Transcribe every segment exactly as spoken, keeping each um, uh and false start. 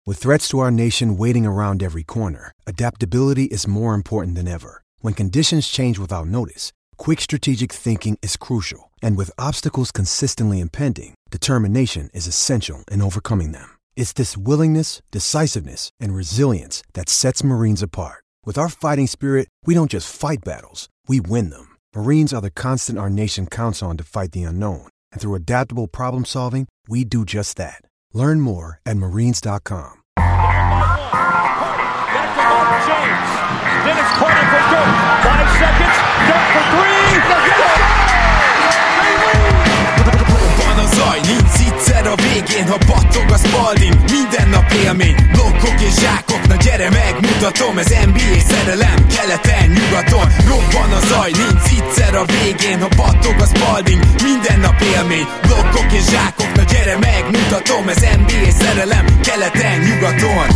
With threats to our nation waiting around every corner, adaptability is more important than ever. When conditions change without notice, quick strategic thinking is crucial. And with obstacles consistently impending, determination is essential in overcoming them. It's this willingness, decisiveness, and resilience that sets Marines apart. With our fighting spirit, we don't just fight battles, we win them. Marines are the constant our nation counts on to fight the unknown. And through adaptable problem solving, we do just that. Learn more at marines dot com. Back to Mark James. Dennis corner for Dirk. Five seconds. Dirk for three. Van a zaj, nincs egyszer a végén, ha battog a Spalding. Minden nap élmény, blokkok és zsákok. Na gyere megmutatom, ez en bé á szerelem. Keleten, nyugaton, robban a zaj, nincs egyszer a végén, ha battog a Spalding. Minden nap élmény, blokkok és zsákok. Na gyere megmutatom, ez en bé á szerelem. Keleten, nyugaton.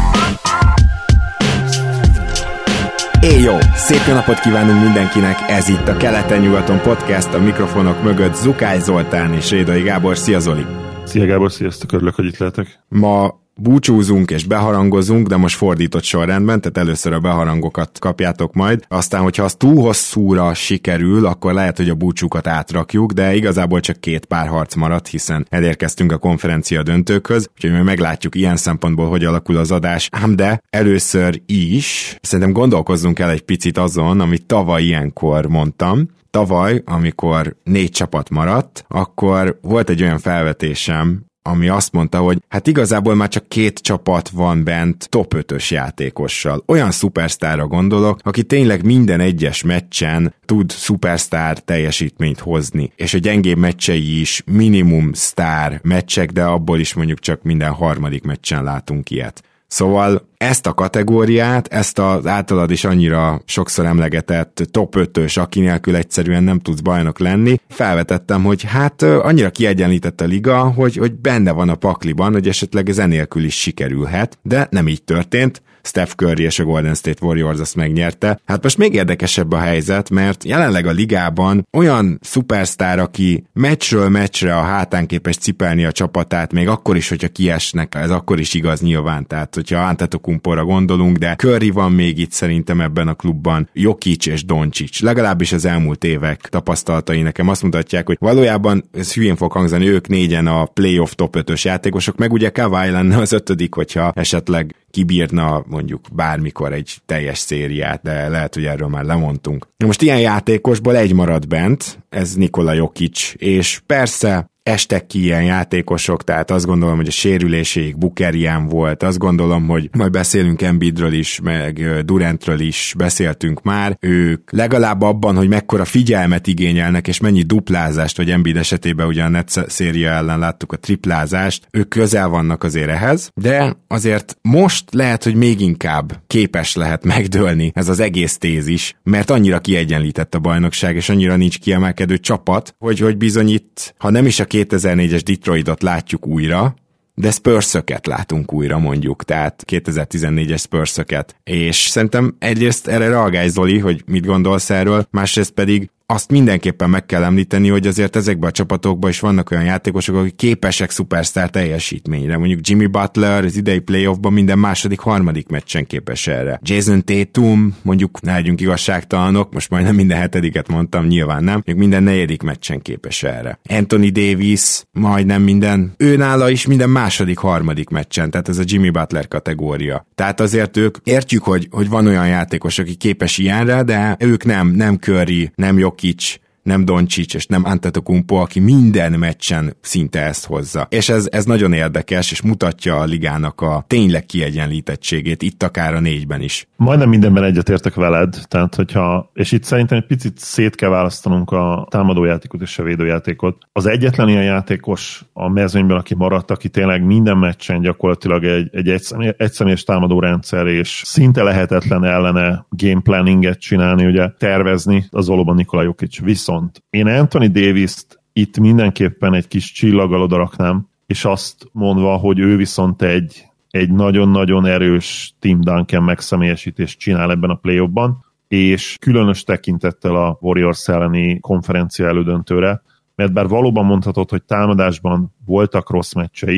Éjjó! Szép jó napot kívánunk mindenkinek, ez itt a Keleten-nyugaton podcast, a mikrofonok mögött Zukály Zoltán és Rédai Gábor. Szia Zoli! Szia Gábor, sziasztok, örülök, hogy itt lehetek. Ma búcsúzunk és beharangozunk, de most fordított sorrendben, tehát először a beharangokat kapjátok majd. Aztán, hogyha az túl hosszúra sikerül, akkor lehet, hogy a búcsúkat átrakjuk, de igazából csak két pár harc maradt, hiszen elérkeztünk a konferencia döntőkhöz, úgyhogy majd meglátjuk ilyen szempontból, hogy alakul az adás. Ám de először is szerintem gondolkozzunk el egy picit azon, amit tavaly ilyenkor mondtam. Tavaly, amikor négy csapat maradt, akkor volt egy olyan felvetésem, ami azt mondta, hogy hát igazából már csak két csapat van bent top ötös játékossal. Olyan szupersztárra gondolok, aki tényleg minden egyes meccsen tud szupersztár teljesítményt hozni, és a gyengébb meccsei is minimum sztár meccsek, de abból is mondjuk csak minden harmadik meccsen látunk ilyet. Szóval ezt a kategóriát, ezt az általad is annyira sokszor emlegetett top ötös, aki nélkül egyszerűen nem tudsz bajnok lenni, felvetettem, hogy hát annyira kiegyenlített a liga, hogy, hogy benne van a pakliban, hogy esetleg ez enélkül is sikerülhet, de nem így történt. Steph Curry és a Golden State Warriors azt megnyerte. Hát most még érdekesebb a helyzet, mert jelenleg a ligában olyan szupersztár, aki meccsről meccsre a hátán képes cipelni a csapatát, még akkor is, hogyha kiesnek, ez akkor is igaz nyilván, tehát hogyha Antetokounmpóra gondolunk, de Curry van még itt szerintem ebben a klubban, Jokic és Doncic, legalábbis az elmúlt évek tapasztalatai nekem azt mutatják, hogy valójában, ez hülyén fog hangzani, ők négyen a playoff top ötös játékosok, meg ugye Kawhi lenne az ötödik, hogyha esetleg kibírna mondjuk bármikor egy teljes szériát, de lehet, hogy erről már lemondtunk. Most ilyen játékosból egy marad bent, ez Nikola Jokic, és persze estek ki ilyen játékosok, tehát azt gondolom, hogy a sérüléséig Booker ilyen volt, azt gondolom, hogy majd beszélünk Embiidről is, meg Durantről is beszéltünk már, ők legalább abban, hogy mekkora figyelmet igényelnek, és mennyi duplázást, vagy Embiid esetében ugye a Nets széria ellen láttuk a triplázást, ők közel vannak azért ehhez, de azért most lehet, hogy még inkább képes lehet megdőlni ez az egész tézis, mert annyira kiegyenlített a bajnokság, és annyira nincs kiemelkedő csapat, hogy, hogy bizony itt, ha nem is a kétezer-négyes Detroitot látjuk újra, de Spurs-öket látunk újra mondjuk, tehát kétezer-tizennégyes Spurs-öket. És szerintem egyrészt erre reagálj Zoli, hogy mit gondolsz erről, másrészt pedig azt mindenképpen meg kell említeni, hogy azért ezekben a csapatokban is vannak olyan játékosok, akik képesek szupersztár teljesítményre. Mondjuk Jimmy Butler az idei playoffban minden második, harmadik meccsen képes erre. Jason Tatum, mondjuk ne legyünk igazságtalanok, most majdnem minden hetediket mondtam, nyilván nem, mondjuk minden negyedik meccsen képes erre. Anthony Davis majdnem minden, ő nála is minden második, harmadik meccsen, tehát ez a Jimmy Butler kategória. Tehát azért ők értjük, hogy, hogy van olyan játékos, aki képes ilyenre, de ők nem, nem Curry, nem Jokic, nem Doncic és nem Antetokounmpo, aki minden meccsen szinte ezt hozza. És ez, ez nagyon érdekes, és mutatja a ligának a tényleg kiegyenlítettségét, itt akár a négyben is. Majdnem mindenben egyetértek veled, tehát hogyha, és itt szerintem egy picit szét kell választanunk a támadójátékot és a védőjátékot. Az egyetlen ilyen játékos a mezőnyből, aki maradt, aki tényleg minden meccsen gyakorlatilag egy, egy egyszemélyes, egyszemélyes támadórendszer, és szinte lehetetlen ellene game planninget csinálni, ugye tervezni, az valóban Nikola Jokic. Viszont én Anthony Davis-t itt mindenképpen egy kis csillaggal odaraknám, és azt mondva, hogy ő viszont egy, egy nagyon-nagyon erős Tim Duncan megszemélyesítést csinál ebben a play-offban, és különös tekintettel a Warriors elleni konferencia elődöntőre, mert bár valóban mondhatod, hogy támadásban voltak rossz meccsei,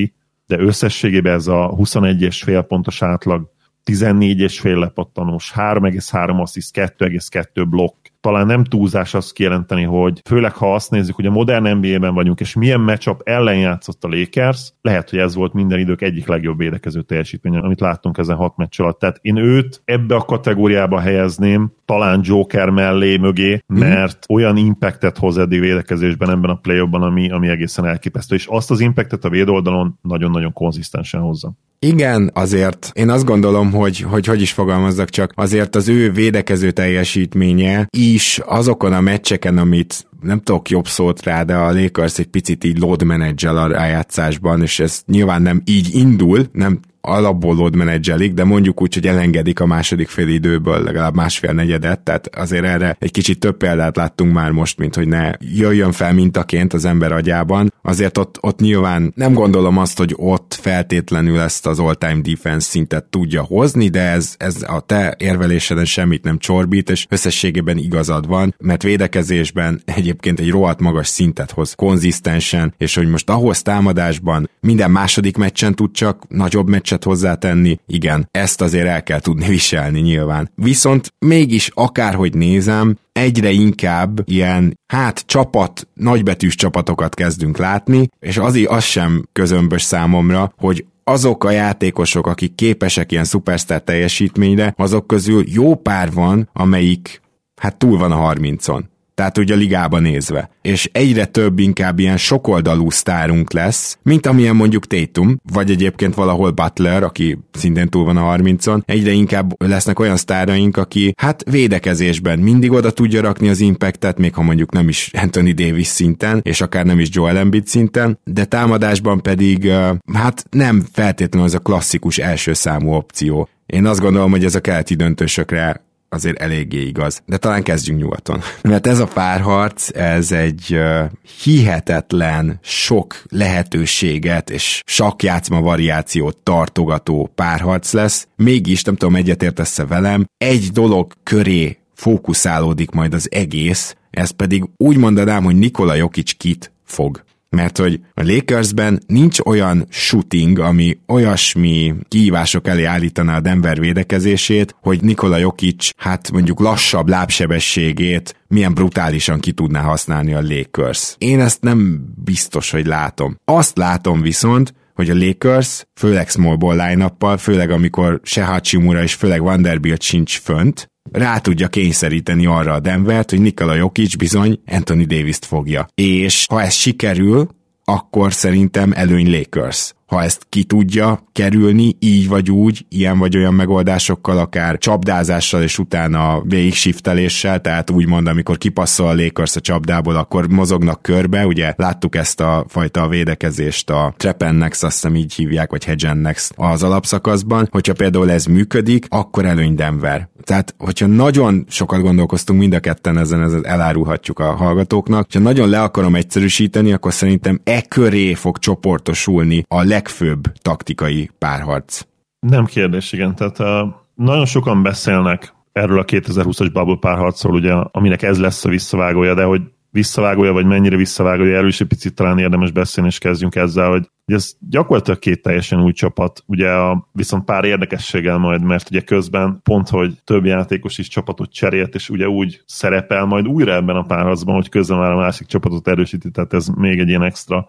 de összességében ez a huszonegy egész öt pontos átlag, tizennégy egész öt lepattanós, három egész három assziszt, kettő egész kettő blokk. Talán nem túlzás azt kijelenteni, hogy főleg ha azt nézzük, hogy a modern en bé á-ben vagyunk, és milyen matchup ellen játszott a Lakers, lehet, hogy ez volt minden idők egyik legjobb védekező teljesítménye, amit láttunk ezen hat meccs alatt. Tehát én őt ebbe a kategóriába helyezném, talán Joker mellé, mögé, mert mm. olyan impactet hoz eddig védekezésben ebben a play-offban, ami, ami egészen elképesztő, és azt az impactet a védoldalon nagyon-nagyon konzisztensen hozza. Igen, azért én azt gondolom, hogy, hogy hogy is fogalmazzak csak, azért az ő védekező teljesítménye is azokon a meccseken, amit nem tudok jobb szót rá, de a Lakers egy picit így load managel a rájátszásban, és ez nyilván nem így indul, nem alapból load managelik, de mondjuk úgy, hogy elengedik a második fél időből legalább másfél negyedet, tehát azért erre egy kicsit több példát láttunk már most, mint hogy ne jöjjön fel mintaként az ember agyában. Azért ott, ott nyilván nem gondolom azt, hogy ott feltétlenül ezt az all-time defense szintet tudja hozni, de ez, ez a te érveléseden semmit nem csorbít, és összességében igazad van, mert védekezésben egyébként egy rohadt magas szintet hoz konzisztensen, és hogy most ahhoz támadásban minden második meccsen tud csak nagyobb meccs hozzátenni, igen, ezt azért el kell tudni viselni nyilván. Viszont mégis akárhogy nézem, egyre inkább ilyen, hát csapat, nagybetűs csapatokat kezdünk látni, és az, az sem közömbös számomra, hogy azok a játékosok, akik képesek ilyen szupersztár teljesítményre, azok közül jó pár van, amelyik hát túl van a harmincon. Tehát ugye a ligában nézve. És egyre több inkább ilyen sokoldalú sztárunk lesz, mint amilyen mondjuk Tatum, vagy egyébként valahol Butler, aki szintén túl van a harmincon. Egyre inkább lesznek olyan sztáraink, aki hát védekezésben mindig oda tudja rakni az impactet, még ha mondjuk nem is Anthony Davis szinten, és akár nem is Joel Embiid szinten, de támadásban pedig hát nem feltétlenül az a klasszikus első számú opció. Én azt gondolom, hogy ez a keleti döntősökre azért eléggé igaz. De talán kezdjünk nyugaton. Mert ez a párharc, ez egy uh, hihetetlen sok lehetőséget és sakkjátszma variációt tartogató párharc lesz. Mégis, nem tudom, egyetértesz-e velem, egy dolog köré fókuszálódik majd az egész, ez pedig úgy mondanám, hogy Nikola Jokic kit fog. Mert hogy a Lakersben nincs olyan shooting, ami olyasmi kihívások elé állítaná a Denver védekezését, hogy Nikola Jokic, hát mondjuk lassabb lábsebességét milyen brutálisan ki tudná használni a Lakers. Én ezt nem biztos, hogy látom. Azt látom viszont, hogy a Lakers, főleg small ball line-uppal, főleg amikor se Hachimura és főleg Vanderbilt sincs fönt, rá tudja kényszeríteni arra a Denvert, hogy Nikola Jokic bizony Anthony Davis-t fogja. És ha ez sikerül, akkor szerintem előny Lakers. Ha ezt ki tudja kerülni, így vagy úgy, ilyen vagy olyan megoldásokkal, akár csapdázással és utána végig shifteléssel, tehát úgymond, amikor kipasszol a Lakers a csapdából, akkor mozognak körbe, ugye láttuk ezt a fajta védekezést a Trap and Next, azt hiszem így hívják, vagy Hedge and Next az alapszakaszban, hogyha például ez működik, akkor előny Denver. Tehát, hogyha nagyon sokat gondolkoztunk mind a ketten ezen, ezen elárulhatjuk a hallgatóknak, ha nagyon le akarom egyszerűsíteni, akkor szerintem e köré fog csoportosulni a legfőbb taktikai párharc. Nem kérdés, igen. Tehát uh, nagyon sokan beszélnek erről a kétezer-húszas bubble párharcról, ugye, aminek ez lesz a visszavágója, de hogy visszavágója, vagy mennyire visszavágója, erről is egy picit talán érdemes beszélni, és kezdjünk ezzel, hogy ez gyakorlatilag két teljesen új csapat, ugye a, viszont pár érdekességgel majd, mert ugye közben pont, hogy több játékos is csapatot cserélt, és ugye úgy szerepel majd újra ebben a párharcban, hogy közben már a másik csapatot erősíti, tehát ez még egy ilyen extra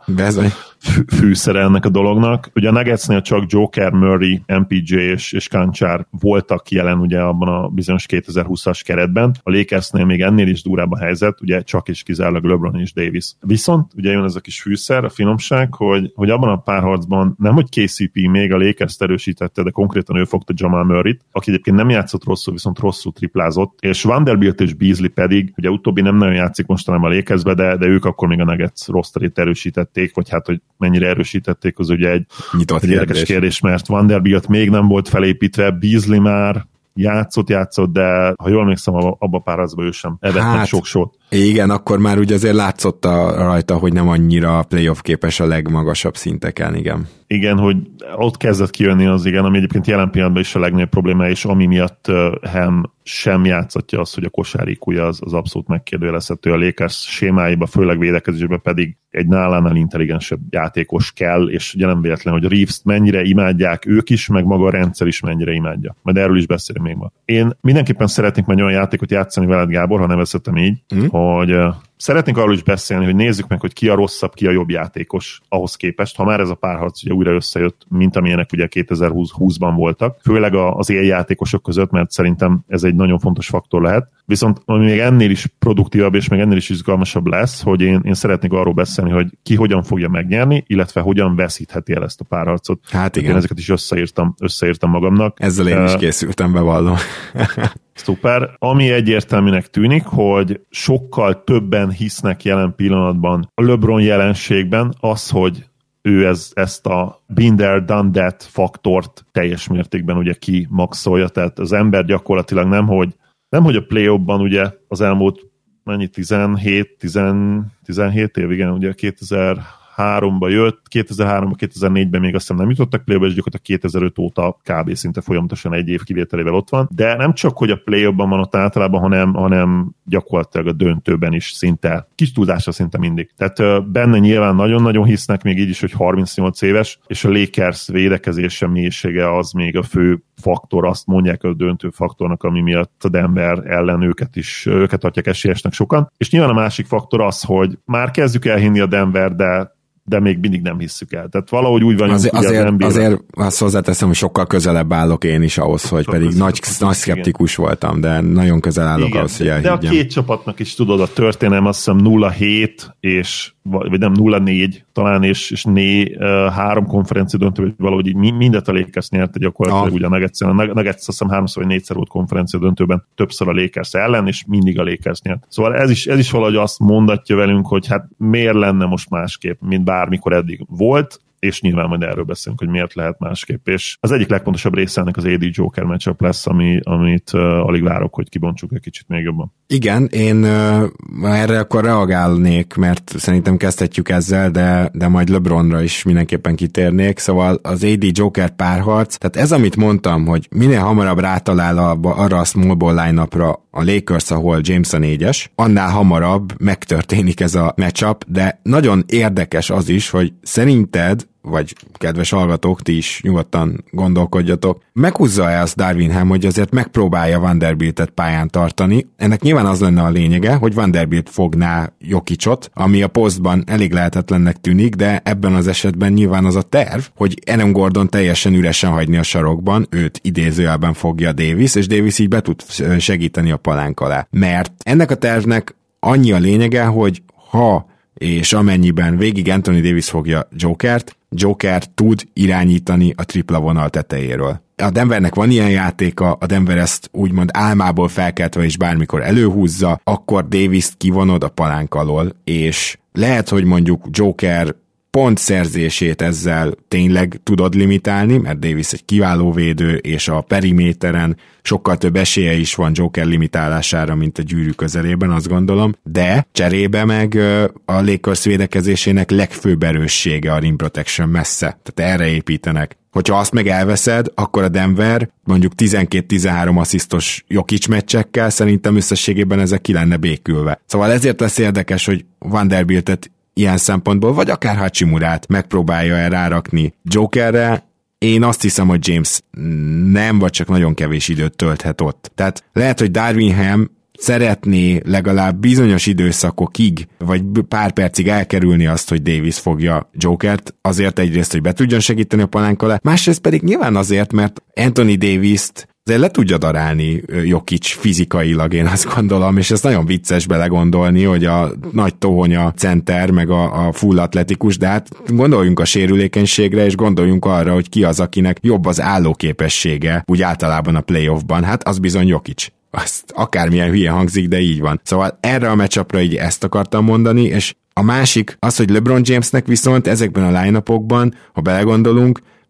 fű, fűszere ennek a dolognak. Ugye a Nuggetsnél csak Joker, Murray, em pé jé és, és Kancsár voltak jelen ugye abban a bizonyos kétezer-húszas keretben. A Lakersnél még ennél is durább a helyzet, ugye csak is kizárólag LeBron és Davis. Viszont ugye jön ez a kis fűszer, a finomság, hogy, hogy abban a párharcban nem, hogy ká cé pé még a Lakers-t erősítette, de konkrétan ő fogta Jamal Murrayt, aki egyébként nem játszott rosszul, viszont rosszul triplázott, és Vanderbilt és Beasley pedig, ugye utóbbi nem nagyon játszik mostanában a Lakersbe, de, de ők akkor még a Nuggets rosterét erősítették, vagy hát, hogy mennyire erősítették, az ugye egy, egy érdekes kérdés, mert Vanderbilt még nem volt felépítve, Beasley már játszott, játszott, de ha jól emlékszem, abba a párharcban ő sem evett hát. sok sót. Igen, akkor már ugye azért látszott a, rajta, hogy nem annyira playoff képes a legmagasabb szinteken, igen. Igen, hogy ott kezdett kijönni az, igen, ami egyébként jelen pillanatban is a legnagyobb probléma, és ami miatt uh, Ham sem játszatja azt, hogy a kosárikúja az, az abszolút megkérdőjelezhető. A Lakers sémáiba, főleg védekezésben pedig egy nálánál intelligensebb játékos kell, és ugye nem véletlen, hogy Reeves-t mennyire imádják ők is, meg maga a rendszer is mennyire imádja. Majd erről is beszélünk még ma. Én mindenképpen szeretnék majd olyan játékot játszani veled, Gábor, ha nevezhetem így, mm. hogy uh, szeretnénk arról is beszélni, hogy nézzük meg, hogy ki a rosszabb, ki a jobb játékos ahhoz képest, ha már ez a párharc ugye újra összejött, mint amilyenek ugye kétezer-húszban voltak, főleg az éljátékosok között, mert szerintem ez egy nagyon fontos faktor lehet. Viszont ami még ennél is produktívabb és még ennél is izgalmasabb lesz, hogy én, én szeretnék arról beszélni, hogy ki hogyan fogja megnyerni, illetve hogyan veszítheti el ezt a párharcot. Hát igen. Én ezeket is összeírtam, összeírtam magamnak. Ezzel én is készültem, bevallom. Szuper. Ami egyértelműnek tűnik, hogy sokkal többen hisznek jelen pillanatban a LeBron jelenségben az, hogy ő ez, ezt a been there, done that faktort teljes mértékben ugye kimaxolja, tehát az ember gyakorlatilag nem, hogy, nem, hogy a play-offban ugye az elmúlt mennyi, tizenhét, tizenhét év, igen, ugye kétezer-háromba jött, kétezer-háromba, kétezer-négyben még azt hiszem nem jutottak play-offba, és gyakorlatilag kétezer-öt óta kb. Szinte folyamatosan egy év kivételével ott van, de nem csak, hogy a play-offban van ott általában, hanem, hanem gyakorlatilag a döntőben is szinte, kis túlzásra szinte mindig. Tehát benne nyilván nagyon-nagyon hisznek, még így is, hogy harmincnyolc éves, és a Lakers védekezése mélysége az még a fő faktor, azt mondják a döntő faktornak, ami miatt a Denver ellen őket is, őket tartják esélyesnek sokan. És nyilván a másik faktor az, hogy már kezdjük elhinni a Denver, de de még mindig nem hisszük el. Tehát valahogy úgy vagyunk, azért, ugye azért, az en bé á... Azért azt hozzáteszem, hogy sokkal közelebb állok én is ahhoz, hogy sokkal pedig nagy, nagy szkeptikus igen. voltam, de nagyon közel állok igen, ahhoz, hogy elhiggyem. De a két csapatnak is tudod, a történelem azt hiszem nulla hét és vagy nem nulla négy talán, és, és né, uh, három konferencia döntő, vagy valahogy így mindet a Lakers nyerte gyakorlatilag, ah. ugye a Nuggets, a Nuggets azt hiszem háromszor vagy négyszer volt konferencia döntőben, többször a Lakers ellen, és mindig a Lakers nyert. Szóval ez is, ez is valahogy azt mondatja velünk, hogy hát miért lenne most másképp, mint bármikor eddig volt, és nyilván majd erről beszélünk, hogy miért lehet másképp. És az egyik legfontosabb része ennek az á dé Joker matchup lesz, ami, amit uh, alig várok, hogy kibontsuk egy kicsit még jobban. Igen, én uh, erre akkor reagálnék, mert szerintem kezdhetjük ezzel, de, de majd LeBronra is mindenképpen kitérnék. Szóval az á dé Joker párharc, tehát ez, amit mondtam, hogy minél hamarabb rátalál a, arra a small ball line-upra a Lakers, ahol James a négyes, annál hamarabb megtörténik ez a matchup, de nagyon érdekes az is, hogy szerinted, vagy kedves hallgatók, ti is nyugodtan gondolkodjatok, meghúzza-e azt Darvin Ham, hogy azért megpróbálja Vanderbiltet pályán tartani. Ennek nyilván az lenne a lényege, hogy Vanderbilt fogná Jokicot, ami a posztban elég lehetetlennek tűnik, de ebben az esetben nyilván az a terv, hogy Aaron Gordon teljesen üresen hagyni a sarokban, őt idézőjelben fogja Davis, és Davis így be tud segíteni a palánk alá. Mert ennek a tervnek annyi a lényege, hogy ha és amennyiben végig Anthony Davis fogja Jokert, Joker tud irányítani a tripla vonal tetejéről. A Denvernek van ilyen játéka, a Denver ezt úgymond álmából felkeltve is bármikor előhúzza, akkor Davis-t kivonod a palánk alól, és lehet, hogy mondjuk Joker pontszerzését ezzel tényleg tudod limitálni, mert Davis egy kiváló védő, és a periméteren sokkal több esélye is van Joker limitálására, mint a gyűrű közelében, azt gondolom, de cserébe meg a Lakers védekezésének legfőbb erőssége a rim protection messze, tehát erre építenek. Hogyha azt meg elveszed, akkor a Denver mondjuk tizenkét-tizenhárom asszisztos Jokic meccsekkel szerintem összességében ezek ki lenne békülve. Szóval ezért lesz érdekes, hogy Vanderbiltet ilyen szempontból, vagy akár Hachimurát megpróbálja el rárakni Jokerre. Én azt hiszem, hogy James nem, vagy csak nagyon kevés időt tölthet ott. Tehát lehet, hogy Darvin Ham szeretné legalább bizonyos időszakokig, vagy pár percig elkerülni azt, hogy Davis fogja Jokert, azért egyrészt, hogy be tudjon segíteni a palánk alá, másrészt pedig nyilván azért, mert Anthony Davis-t azért le tudja darálni Jokic fizikailag, én azt gondolom, és ez nagyon vicces belegondolni, hogy a nagy tohonya center, meg a, a full atletikus, de hát gondoljunk a sérülékenységre, és gondoljunk arra, hogy ki az, akinek jobb az állóképessége, úgy általában a playoffban, hát az bizony Jokic. Azt akármilyen hülye hangzik, de így van. Szóval erre a matchupra így ezt akartam mondani, és a másik az, hogy LeBron Jamesnek viszont ezekben a line-upokban, ha belegondolunk,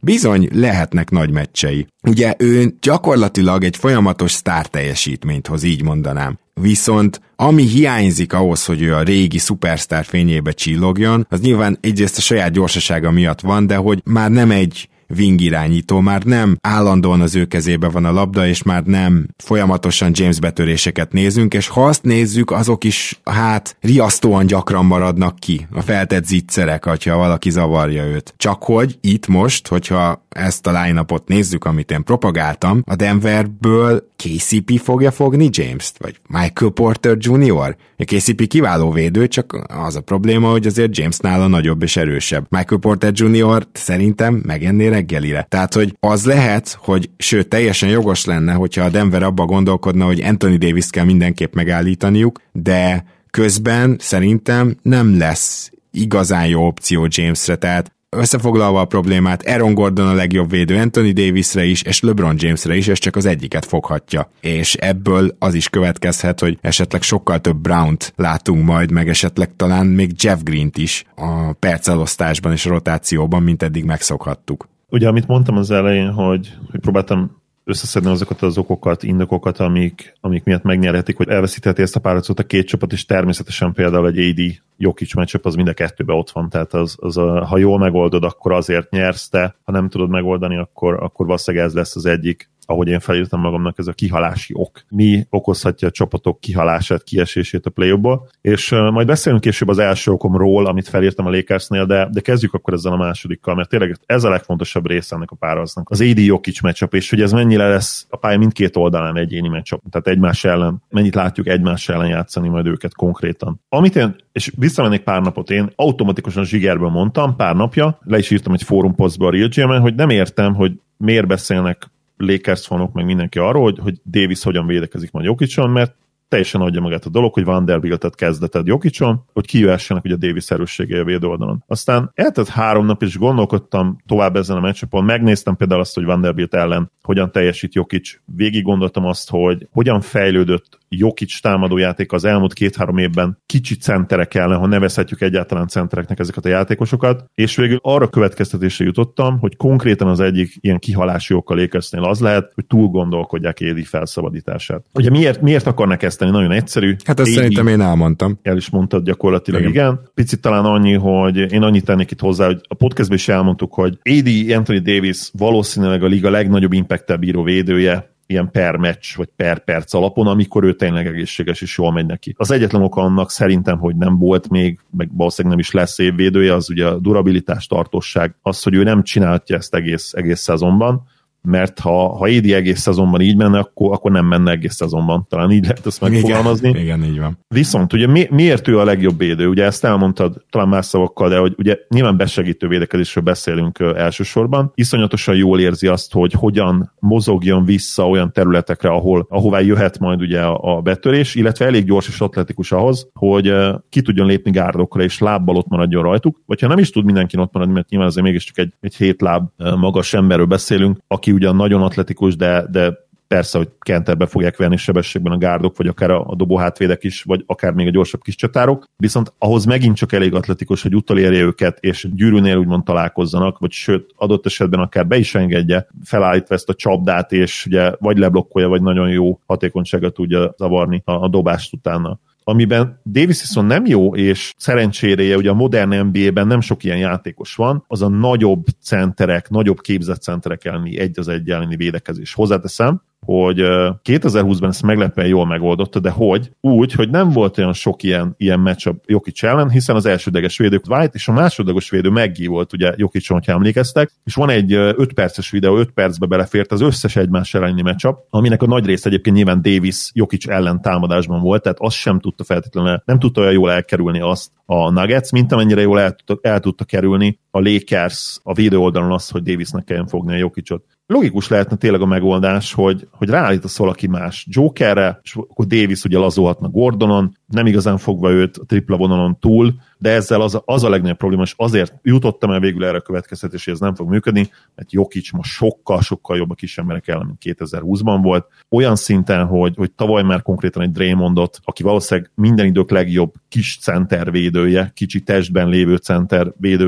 bizony lehetnek nagy meccsei. Ugye ő gyakorlatilag egy folyamatos sztár teljesítményt hoz, így mondanám. Viszont ami hiányzik ahhoz, hogy ő a régi szupersztár fényébe csillogjon, az nyilván egyrészt a saját gyorsasága miatt van, de hogy már nem egy wing irányító, már nem állandóan az ő kezébe van a labda, és már nem folyamatosan James betöréseket nézünk, és ha azt nézzük, azok is hát riasztóan gyakran maradnak ki, a feltett zicserek, hogyha valaki zavarja őt. Csak hogy itt most, hogyha ezt a line-upot nézzük, amit én propagáltam, a Denverből ká cé pé fogja fogni James-t, vagy Michael Porter junior A ká cé pé kiváló védő, csak az a probléma, hogy azért James nála nagyobb és erősebb. Michael Porter junior szerintem megenné reggelire. Tehát, hogy az lehet, hogy sőt, teljesen jogos lenne, hogyha a Denver abba gondolkodna, hogy Anthony Davis kell mindenképp megállítaniuk, de közben szerintem nem lesz igazán jó opció Jamesre, tehát összefoglalva a problémát, Aaron Gordon a legjobb védő Anthony Davisre is, és LeBron Jamesre is, és csak az egyiket foghatja. És ebből az is következhet, hogy esetleg sokkal több Brownt látunk majd, meg esetleg talán még Jeff Greent is a percelosztásban és a rotációban, mint eddig megszokhattuk. Ugye, amit mondtam az elején, hogy, hogy próbáltam összeszedni azokat az okokat, indokokat, amik, amik miatt megnyerhetik, hogy elveszítheti ezt a párharcot a két csapat, és természetesen például egy á dé Jokic matchup az mind a kettőben ott van, tehát az, az a, ha jól megoldod, akkor azért nyersz te, ha nem tudod megoldani, akkor, akkor valószínűleg ez lesz az egyik, ahogy én felírtam magamnak, ez a kihalási ok. Mi okozhatja a csapatok kihalását, kiesését a play-offból, és uh, majd beszélünk később az első okomról, amit felírtam a Lakersnél, de, de kezdjük akkor ezzel a másodikkal, mert tényleg ez a legfontosabb része ennek a párharcnak. Az á dé Jokic matchup, és hogy ez mennyire lesz a pálya mindkét oldalán egyéni matchup, tehát egymás ellen, mennyit látjuk egymás ellen játszani majd őket konkrétan. Amit én, és visszamennék pár napot, én automatikusan zsigerből mondtam, pár napja, le is írtam egy fórum posztba a Real gé em-en, hogy nem értem, hogy miért beszélnek Lakers fanok, meg mindenki arról, hogy, hogy Davis hogyan védekezik majd Jokicson, mert teljesen adja magát a dolog, hogy Vanderbiltet kezdeted Jokicson, hogy kijöhessenek ugye a Davis erősségei a védő oldalon. Aztán eltett három nap, és gondolkodtam tovább ezen a matchupon, megnéztem például azt, hogy Vanderbilt ellen hogyan teljesít Jokic, végig gondoltam azt, hogy hogyan fejlődött Jokic támadójáték az elmúlt két-három évben kicsi centerek ellen, ha nevezhetjük egyáltalán centereknek ezeket a játékosokat, és végül arra következtetésre jutottam, hogy konkrétan az egyik ilyen kihalási okkal Lakersnél az lehet, hogy túl gondolkodják á dé felszabadítását. Ugye miért, miért akarnak ezt tenni? Nagyon egyszerű. Hát ezt á dé, szerintem én elmondtam. El is mondtad gyakorlatilag, igen. igen. Picit talán annyi, hogy én annyit tennék itt hozzá, hogy a podcastban is elmondtuk, hogy á dé Anthony Davis valószínűleg a liga legnagyobb impacttel bíró védője, ilyen per meccs, vagy per perc alapon, amikor ő tényleg egészséges és jól megy neki. Az egyetlen oka annak szerintem, hogy nem volt még, meg valószínűleg nem is lesz évvédője, az ugye a durabilitás, tartosság, az, hogy ő nem csinálja ezt egész, egész szezonban, mert ha, ha á dé egész szezonban így menne, akkor, akkor nem menne egész szezonban. Talán így lehet ezt megfogalmazni. Igen, igen, így van. Viszont ugye mi, miért ő a legjobb védő? Ugye ezt elmondtad talán más szavakkal, de hogy ugye nyilván besegítő védekezésről beszélünk uh, elsősorban. Iszonyatosan jól érzi azt, hogy hogyan mozogjon vissza olyan területekre, ahol, ahová jöhet majd ugye a, a betörés, illetve elég gyors és atletikus ahhoz, hogy uh, ki tudjon lépni gárdokra, és lábbal ott maradjon rajtuk. Vagy ha nem is tud mindenki ott maradni, mert nyilván azért mégiscsak egy, egy hét láb uh, magas emberről beszélünk, aki ugyan nagyon atletikus, de, de persze, hogy kenterbe fogják venni sebességben a gárdok, vagy akár a, a dobó hátvédek is, vagy akár még a gyorsabb kis csatárok, viszont ahhoz megint csak elég atletikus, hogy utolérje őket, és gyűrűnél úgymond találkozzanak, vagy sőt, adott esetben akár be is engedje, felállítva ezt a csapdát, és ugye vagy leblokkolja, vagy nagyon jó hatékonyságot tudja zavarni a, a dobást utána. Amiben Davis viszont nem jó, és szerencsére ugye a modern en bé á-ben nem sok ilyen játékos van, az a nagyobb centerek, nagyobb képzett centerek elleni egy az egy elleni védekezés. Hozzáteszem, hogy kétezer-húszban ezt meglepően jól megoldotta, de hogy? Úgy, hogy nem volt olyan sok ilyen, ilyen matchup Jokic ellen, hiszen az elsődleges védő White és a másodlagos védő Maggie volt ugye Jokicon, hogyha emlékeztek, és van egy öt perces videó, öt percbe belefért az összes egymás elleni matchup, aminek a nagy része egyébként nyilván Davis Jokic ellen támadásban volt, tehát azt sem tudta feltétlenül, nem tudta olyan jól elkerülni azt a Nuggets, mint amennyire jól el tudta, el tudta kerülni a Lakers a védő oldalon azt, hogy Davisnek kelljen fogni a Jokicot. Logikus lehetne tényleg a megoldás, hogy, hogy ráállítasz valaki más Jokerre, és akkor Davis ugye lazolhatna Gordonon, nem igazán fogva őt a tripla vonalon túl, de ezzel az a, az a legnagyobb probléma, és azért jutottam el végül erre a következtetés, hogy ez nem fog működni, mert Jokic ma sokkal-sokkal jobb a kis emberek ellen, mint kétezer-húszban volt. Olyan szinten, hogy, hogy tavaly már konkrétan egy Draymondot, aki valószínűleg minden idők legjobb kis centervédője, kicsi testben lévő centervédője,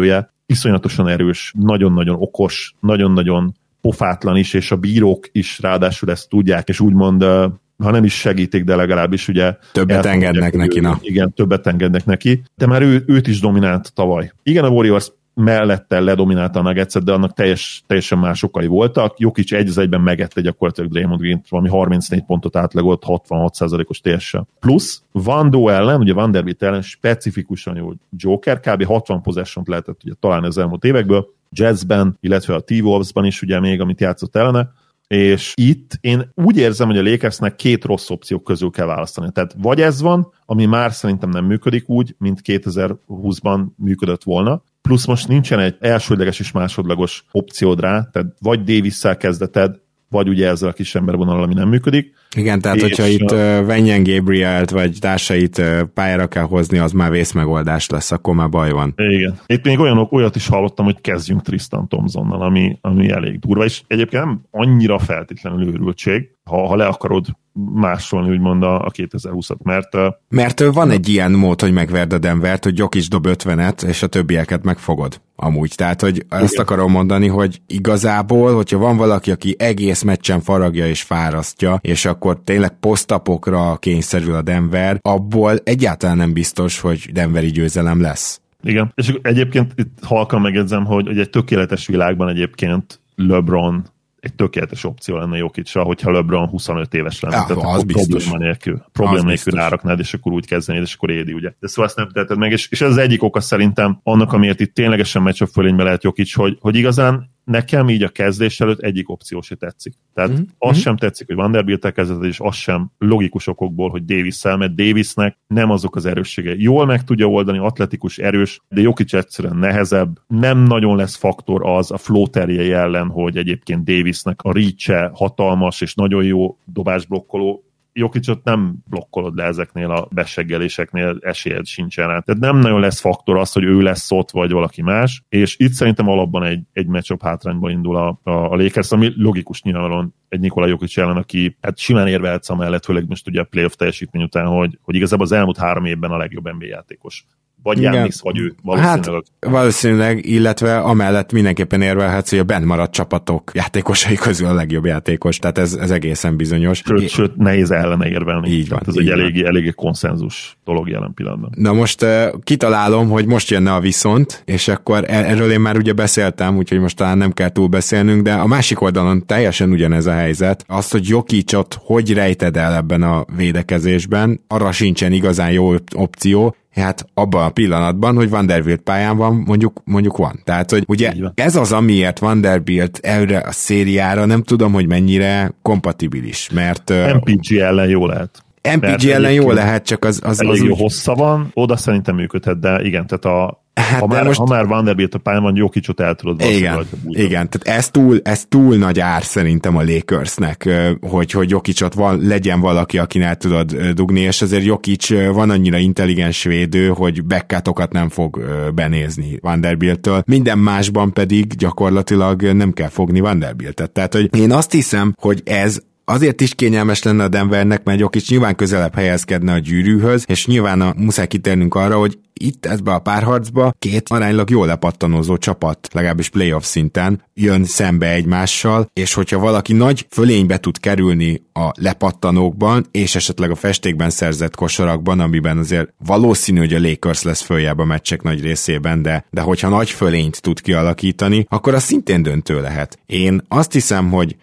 iszonyatosan erős, nagyon-nagyon okos, nagyon-nagyon pofátlan is, és a bírók is ráadásul ezt tudják, és úgymond, ha nem is segítik, de legalábbis ugye... Többet engednek neki, na. Igen, többet engednek neki, de már ő, őt is dominált tavaly. Igen, a Warriors mellette ledominálta a Nuggetset, de annak teljes, teljesen más okai voltak. Jokic egy az egyben megette gyakorlatilag Draymond Green-t, valami harmincnégy pontot átlagolt, hatvanhat százalékos té es-sel. Plusz Vando ellen, ugye Vanderbilt ellen specifikusan jó Joker, kb. hatvan possession-t lehetett ugye találni az elmúlt évekből, Jazzben, illetve a T-Wolvesban is ugye még, amit játszott ellene, és itt én úgy érzem, hogy a Lakersnek két rossz opció közül kell választani. Tehát vagy ez van, ami már szerintem nem működik úgy, mint kétezer-húszban működött volna, plusz most nincsen egy elsődleges és másodlagos opciód rá, tehát vagy Davis-szel kezdeted, vagy ugye ezzel a kis embervonal, ami nem működik. Igen, tehát és hogyha itt uh, Wenyen Gabrielt vagy társait uh, pályára kell hozni, az már vészmegoldás lesz, akkor már baj van. Igen. Itt még olyanok, olyat is hallottam, hogy kezdjünk Tristan Thompsonnal, ami, ami elég durva, és egyébként nem annyira feltétlenül őrültség, ha, ha le akarod másolni, úgymond a, a kétezer-húszat, mert... Mert van egy ilyen mód, hogy megverd a Denvert, hogy Jokic dob ötvenet, és a többieket megfogod. Amúgy. Tehát, hogy ezt igen. akarom mondani, hogy igazából, hogyha van valaki, aki egész meccsen faragja és fárasztja, és akkor tényleg posztapokra kényszerül a Denver, abból egyáltalán nem biztos, hogy denveri győzelem lesz. Igen, és egyébként itt halkan megjegyzem, hogy, hogy egy tökéletes világban egyébként LeBron egy tökéletes opció lenne Jokicsra, hogyha LeBron huszonöt éves lenne. Ja, tehát az biztos. Probléma nélkül, probléma nélkül ráraknád, és akkor úgy kezdenéd, és akkor édi, ugye. De szóval ezt nem teheted meg, és, és ez az egyik oka szerintem annak, amiért itt ténylegesen matchup fölénybe lehet Jokic, hogy, hogy igazán nekem így a kezdés előtt egyik opció se tetszik. Tehát mm-hmm. az sem tetszik, hogy Vanderbilt-tel kezdett, és az sem logikus okokból, hogy Davis-szel, mert Davisnek nem azok az erőssége. Jól meg tudja oldani, atletikus, erős, de Jokic egyszerűen nehezebb. Nem nagyon lesz faktor az a floaterjei ellen, hogy egyébként Davisnek a reach-e hatalmas, és nagyon jó dobásblokkoló. Jokicot nem blokkolod le ezeknél a beseggeléseknél, esélyed sincsen rá. Tehát nem nagyon lesz faktor az, hogy ő lesz ott, vagy valaki más, és itt szerintem alapban egy, egy matchup hátrányba indul a, a, a Lakers, ami logikus nyilvánvalóan egy Nikola Jokic ellen, aki hát simán érvehetsz amellett, főleg most ugye a playoff teljesítmény után, hogy, hogy igazából az elmúlt három évben a legjobb en bé á játékos. Vagy Giannis, vagy ő. Valószínűleg. Hát valószínűleg, illetve amellett mindenképpen érvelhetsz, hogy a bent maradt csapatok játékosai közül a legjobb játékos, tehát ez, ez egészen bizonyos. Sőt, é... sőt nehéz ellene érvelni. Így van. Ez egy eléggé, eléggé konszenzus dolog jelen pillanatban. Na most uh, kitalálom, hogy most jönne a viszont, és akkor erről én már ugye beszéltem, úgyhogy most talán nem kell túl beszélnünk, de a másik oldalon teljesen ugyanez a helyzet. Azt, hogy Jokicot hogy rejted el ebben a védekezésben, arra sincsen igazán jó opció, hát abban a pillanatban, hogy Vanderbilt pályán van, mondjuk, mondjuk van. Tehát, hogy ugye ez az, amiért Vanderbilt erre a szériára nem tudom, hogy mennyire kompatibilis, mert... em pé gé ellen jó lehet. em pé gé ellen jó lehet, csak az... az, az jó úgy... hossza van, oda szerintem működhet, de igen, tehát a Hát ha, már, most... ha már Vanderbilt a pályán van, Jokicot el tudod igen, igen, tehát ez túl, ez túl nagy ár szerintem a Lakersnek, hogy, hogy Jokicot van, legyen valaki, akin el tudod dugni, és azért Jokic van annyira intelligens védő, hogy backcutokat nem fog benézni Vanderbilttől. Minden másban pedig gyakorlatilag nem kell fogni Vanderbiltet. Tehát, hogy én azt hiszem, hogy ez azért is kényelmes lenne a Denvernek, mert Jokic nyilván közelebb helyezkedne a gyűrűhöz, és nyilván a, muszáj kitérnünk arra, hogy itt ebbe a párharcba két aránylag jól lepattanózó csapat, legalábbis playoff szinten jön szembe egymással, és hogyha valaki nagy fölénybe tud kerülni a lepattanókban, és esetleg a festékben szerzett kosarakban, amiben azért valószínű, hogy a Lakers lesz följebb a meccsek nagy részében, de, de hogyha nagy fölényt tud kialakítani, akkor az szintén döntő lehet. Én azt hiszem, hogy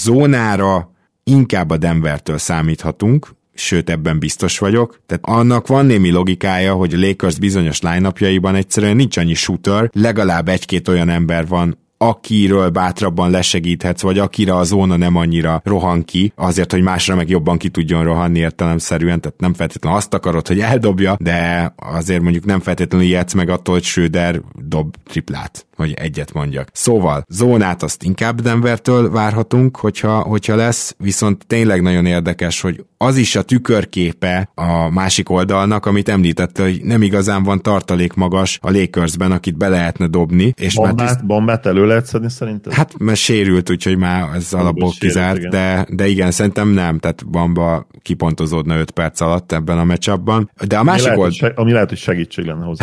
zónára inkább a Denvertől számíthatunk, sőt ebben biztos vagyok. Tehát annak van némi logikája, hogy a Lakers bizonyos line-upjaiban egyszerűen nincs annyi shooter, legalább egy-két olyan ember van, akiről bátrabban lesegíthetsz, vagy akire a zóna nem annyira rohan ki, azért, hogy másra meg jobban ki tudjon rohanni értelemszerűen, tehát nem feltétlenül azt akarod, hogy eldobja, de azért mondjuk nem feltétlenül ijedsz meg attól, hogy Schröder dob triplát, hogy egyet mondjak. Szóval, zónát azt inkább Denvertől várhatunk, hogyha, hogyha lesz, viszont tényleg nagyon érdekes, hogy az is a tükörképe a másik oldalnak, amit említette, hogy nem igazán van tartalék magas a Lakersben, akit be lehetne dobni. És bombát, már tiszt... bombát elő lehet szedni szerinted? Hát mert sérült, úgyhogy már ez alapból kizárt, de, de igen, szerintem nem, tehát Bamba kipontozódna öt perc alatt ebben a matchupban. De a másik ami, old... lehet, ami lehet, hogy segítség lenne hozzá.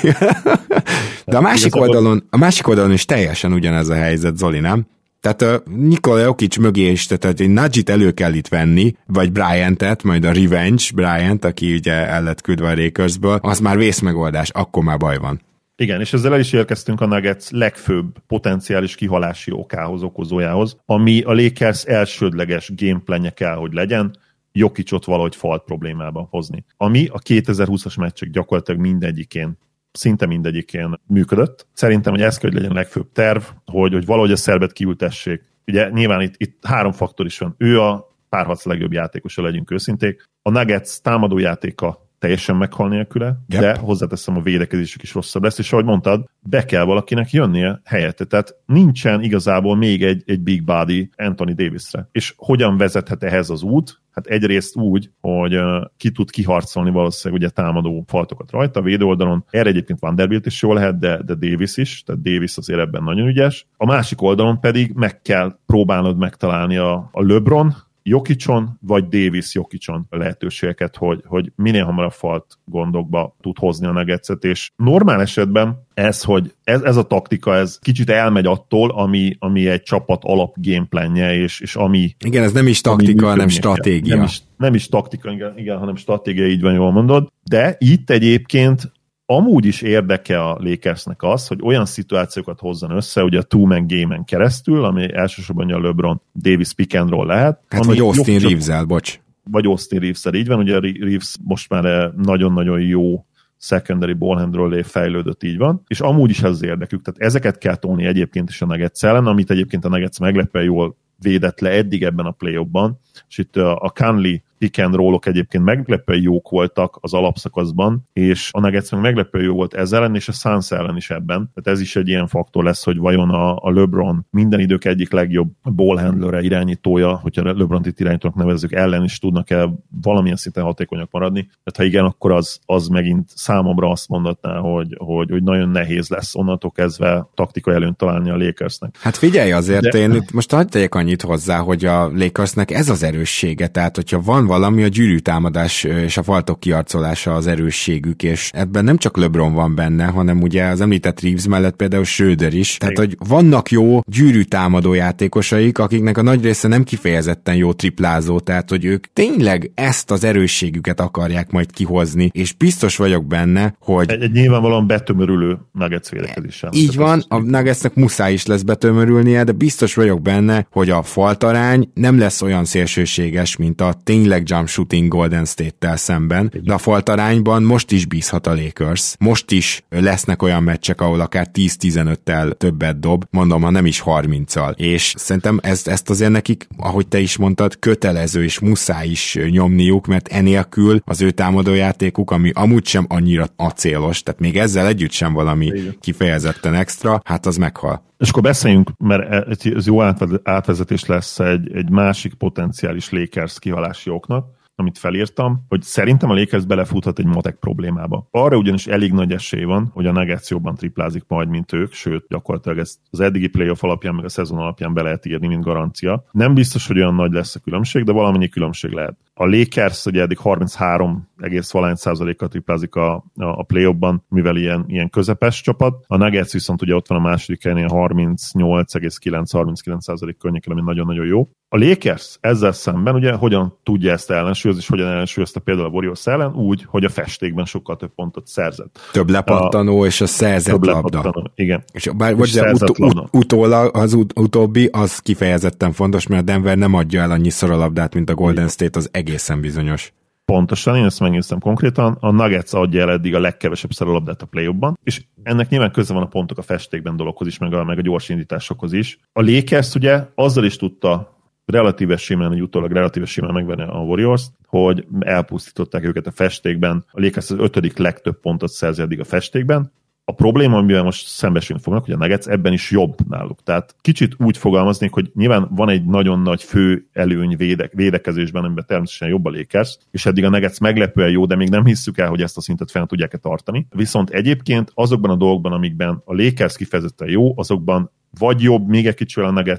De a másik, oldalon, a másik oldalon is teljesen ugyanez a helyzet, Zoli, nem? Tehát a Nikola Jokic mögé is, tehát egy Nudge-it elő kell itt venni, vagy Bryantet, majd a Revenge Bryant, aki ugye el lett küldve a Lakersből, az már vészmegoldás, akkor már baj van. Igen, és ezzel el is érkeztünk a Nuggets legfőbb potenciális kihalási okához, okozójához, ami a Lakers elsődleges gameplanje kell, hogy legyen, Jokicot valahogy falt problémába hozni. Ami a kétezer-húszas meccsek gyakorlatilag mindegyikén, szinte mindegyikén működött. Szerintem, hogy ez kell, hogy legyen a legfőbb terv, hogy, hogy valahogy a szerbet kiültessék. Ugye nyilván itt, itt három faktor is van. Ő a párharc legjobb játékosa, legyünk őszinték. A Nuggets támadójátéka teljesen meghal nélküle, yep. De hozzáteszem, a védekezésük is rosszabb lesz, és ahogy mondtad, be kell valakinek jönnie helyette. Tehát nincsen igazából még egy, egy big body Anthony Davisre. És hogyan vezethet ehhez az út? Hát egyrészt úgy, hogy uh, ki tud kiharcolni valószínűleg ugye támadó faltokat rajta, a védő oldalon. Erre egyébként Vanderbilt is jól lehet, de, de Davis is, tehát Davis azért ebben nagyon ügyes. A másik oldalon pedig meg kell próbálnod megtalálni a, a LeBron, Jokicson, vagy Davis Jokicson lehetőségeket, hogy, hogy minél hamarabb falt gondokba tud hozni a Nuggetset, és normál esetben ez, hogy ez, ez a taktika, ez kicsit elmegy attól, ami, ami egy csapat alap gameplanje, és, és ami... Igen, ez nem is taktika, hanem stratégia. Nem is, nem is taktika, igen, igen, hanem stratégia, így van, jól mondod, de itt egyébként amúgy is érdeke a Lakersnek az, hogy olyan szituációkat hozzon össze, ugye a two-man game-en keresztül, ami elsősorban a LeBron Davis pick and roll lehet. Hát vagy Austin Reeves-el, bocs. Vagy Austin Reeves-el, így van, ugye Reeves most már nagyon-nagyon jó secondary ballhandről fejlődött, így van, és amúgy is ez az érdekük, tehát ezeket kell tolni egyébként is a Nuggets ellen, amit egyébként a Nuggets meglepően jól védett le eddig ebben a play-offban, és itt a Conley pick and roll-ok egyébként meglepően jók voltak az alapszakaszban, és a Nuggets meg meglepően jó volt ez ellen, és a Suns ellen is ebben. Tehát ez is egy ilyen faktor lesz, hogy vajon a, a LeBron minden idők egyik legjobb ballhandlere, irányítója, hogyha LeBron-t itt irányítónak nevezzük, ellen is tudnak-e valamilyen szinten hatékonyak maradni. Tehát ha igen, akkor az, az megint számomra azt mondatná, hogy, hogy, hogy nagyon nehéz lesz onnantól kezdve taktikai előnyt találni a Lakersnek. Hát figyelj azért, De... én most hadd tegyek annyit hozzá, hogy a Lakersnek ez az erőssége, tehát hogyha van valami, a gyűrűtámadás és a faltok kiarcolása az erősségük, és ebben nem csak LeBron van benne, hanem ugye az említett Reeves mellett például Schröder is, tehát hogy vannak jó gyűrűtámadó játékosaik, akiknek a nagy része nem kifejezetten jó triplázó, tehát hogy ők tényleg ezt az erősségüket akarják majd kihozni, és biztos vagyok benne, hogy... Egy, egy nyilvánvalóan betömörülő Nuggets védekezéssel. Így van, a Nuggetsnek muszáj is lesz betömörülnie, de biztos vagyok benne, hogy a faltarány nem lesz olyan szélsőséges, mint a tényleg jump shooting Golden State-tel szemben, de a faltarányban most is bízhat a Lakers. Most is lesznek olyan meccsek, ahol akár tíz-tizenöttel többet dob, mondom, ha nem is harminccal. És szerintem ezt, ezt azért nekik, ahogy te is mondtad, kötelező és muszáj is nyomniuk, mert enélkül az ő támadójátékuk, ami amúgy sem annyira acélos, tehát még ezzel együtt sem valami kifejezetten extra, hát az meghal. És akkor beszéljünk, mert ez jó átvezetés lesz egy, egy másik potenciális Lakers kihalási oknak, amit felírtam, hogy szerintem a Lakers belefuthat egy matek problémába. Arra ugyanis elég nagy esély van, hogy a Nuggets jobban triplázik majd, mint ők, sőt, gyakorlatilag ezt az eddigi playoff alapján, meg a szezon alapján be lehet írni, mint garancia. Nem biztos, hogy olyan nagy lesz a különbség, de valamennyi különbség lehet. A Lakers ugye eddig harminchárom egész valány százalékkal triplázik a, a, a play-offban, mivel ilyen, ilyen közepes csapat. A Nuggets viszont ugye ott van a második helyen, harmincnyolc egész kilenc harminckilenc százalék környéken, ami nagyon-nagyon jó. A Lakers ezzel szemben ugye hogyan tudja ezt ellensúlyozni, és hogyan ellensúlyozta például a Warriors ellen? Úgy, hogy a festékben sokkal több pontot szerzett. Több lepattanó a, és a szerzett labda. Igen. És bár és ut- ut- utólag az ut- utóbbi az kifejezetten fontos, mert a Denver nem adja el annyiszor a labdát, mint a Golden State, az egészen bizonyos. Pontosan, én ezt megnéztem konkrétan, a Nuggets adja el eddig a legkevesebb szer a labdát a play-offban, és ennek nyilván köze van a pontok a festékben dologhoz is, meg a, meg a gyors indításokhoz is. A Lakers ugye azzal is tudta relatíve simán, egy utólag relatíve simán megvenni a Warriors-t, hogy elpusztították őket a festékben. A Lakers az ötödik legtöbb pontot szerzi eddig a festékben. A probléma, amivel most szembesülni fognak, hogy a Nuggets ebben is jobb náluk. Tehát kicsit úgy fogalmaznék, hogy nyilván van egy nagyon nagy fő előny védek, védekezésben, amiben természetesen jobb a Lakers, és eddig a Nuggets meglepően jó, de még nem hisszük el, hogy ezt a szintet fenn tudják-e tartani. Viszont egyébként azokban a dolgokban, amikben a Lakers kifejezetten jó, azokban vagy jobb, még egy kicsivel a Nuggets,